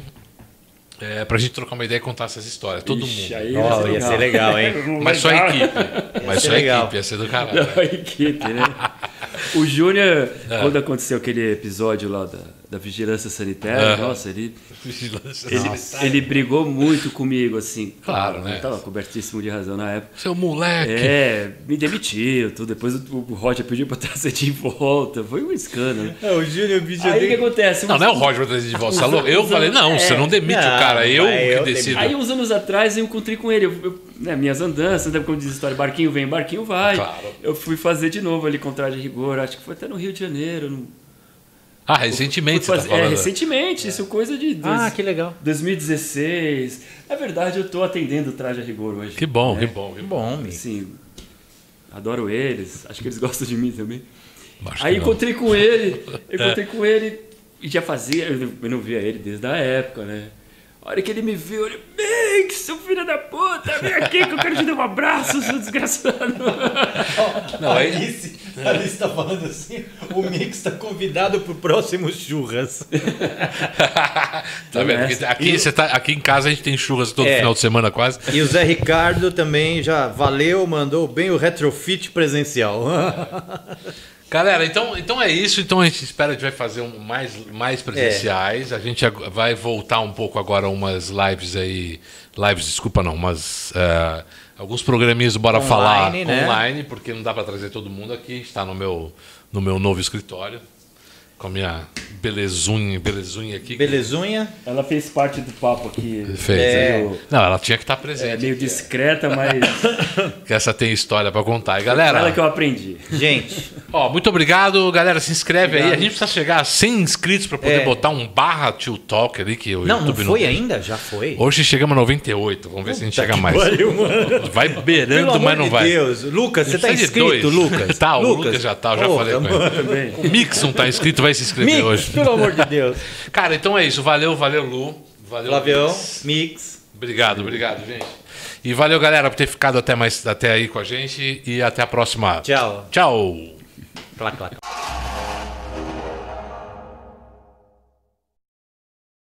É, pra gente trocar uma ideia e contar essas histórias. Todo Ixi, mundo. aí Ó, ia ser legal, hein? Mas só a equipe. Mas ser só a legal. equipe, ia ser do caralho. A equipe, né? O Júnior, É. quando aconteceu aquele episódio lá da, da vigilância sanitária, Aham. nossa, ele, Vigilância ele, sanitária. ele brigou muito comigo, assim. Claro, né? Eu tava cobertíssimo de razão na época. Seu moleque. É, me demitiu, tudo. Depois o, o Roger pediu pra trazer de volta. Foi um escândalo. É, o Júnior, bicho, Aí o que acontece? Não, não é o Roger pra trazer de volta. Você é louco? Eu falei, não, você não demite Não, o cara. Eu mas que eu decido. Aí uns anos atrás eu encontrei com ele, eu, eu, né, minhas andanças, né, como diz a história, barquinho vem, barquinho vai. Claro. Eu fui fazer de novo ali com traje de rigor, acho que foi até no Rio de Janeiro. No, Ah, recentemente fui você fazer- tá falando. É, recentemente, isso coisa de dois, Ah, que legal. dois mil e dezesseis. É verdade, eu tô atendendo o traje a rigor hoje. Que bom, né? que bom. Que Que bom. bom, Mi. Assim, adoro eles, acho que eles gostam de mim também. Acho Aí que não. encontrei com ele, encontrei com ele e já fazia, eu não via ele desde a época, né? A hora que ele me viu, ele, Mix, seu filho da puta, vem aqui que eu quero te dar um abraço, seu desgraçado. Não, a Alice, a Alice tá falando assim, o Mix tá convidado pro próximo churras. Tá vendo? Aqui, aqui, você tá, aqui em casa a gente tem churras todo É. final de semana quase. E o Zé Ricardo também já valeu, mandou bem o retrofit presencial. Galera, então, então é isso. Então a gente espera que a gente vai fazer um, mais, mais presenciais. A gente ag- vai voltar um pouco agora umas lives aí. Lives, desculpa não, mas eh, alguns programinhas do Bora Online, Falar né? online, porque não dá para trazer todo mundo aqui. Está no meu, no meu novo escritório. Com a minha belezuinha, belezuinha aqui. Belezuinha? Ela fez parte do papo aqui. Fez. É, meio, Não, ela tinha que estar é, presente. meio discreta, mas Que essa tem história para contar. E galera, ela que eu aprendi. Gente, ó, muito obrigado, galera. Se inscreve aí. A gente precisa chegar a cem inscritos para poder É. botar um barra Tio Talk ali que o não, não YouTube foi não... ainda? Já foi. Hoje chegamos a noventa e oito. Vamos ver se a gente chega mais. Pariu, mano. Vai Pelo beirando, amor mas não de vai. Deus. Lucas, você tá Precisa de inscrito, dois. Lucas? Tá, o Lucas já tá, eu já Porra, falei com ele. mano. O Mix não tá inscrito, vai se inscrever Mix, hoje. pelo amor de Deus. Cara, então é isso. Valeu, valeu, Lu. Valeu, Flavião, Mix. Mix. Obrigado, obrigado, gente. E valeu, galera, por ter ficado até, mais, até aí com a gente. E até a próxima. Tchau. Tchau. Clac, clac.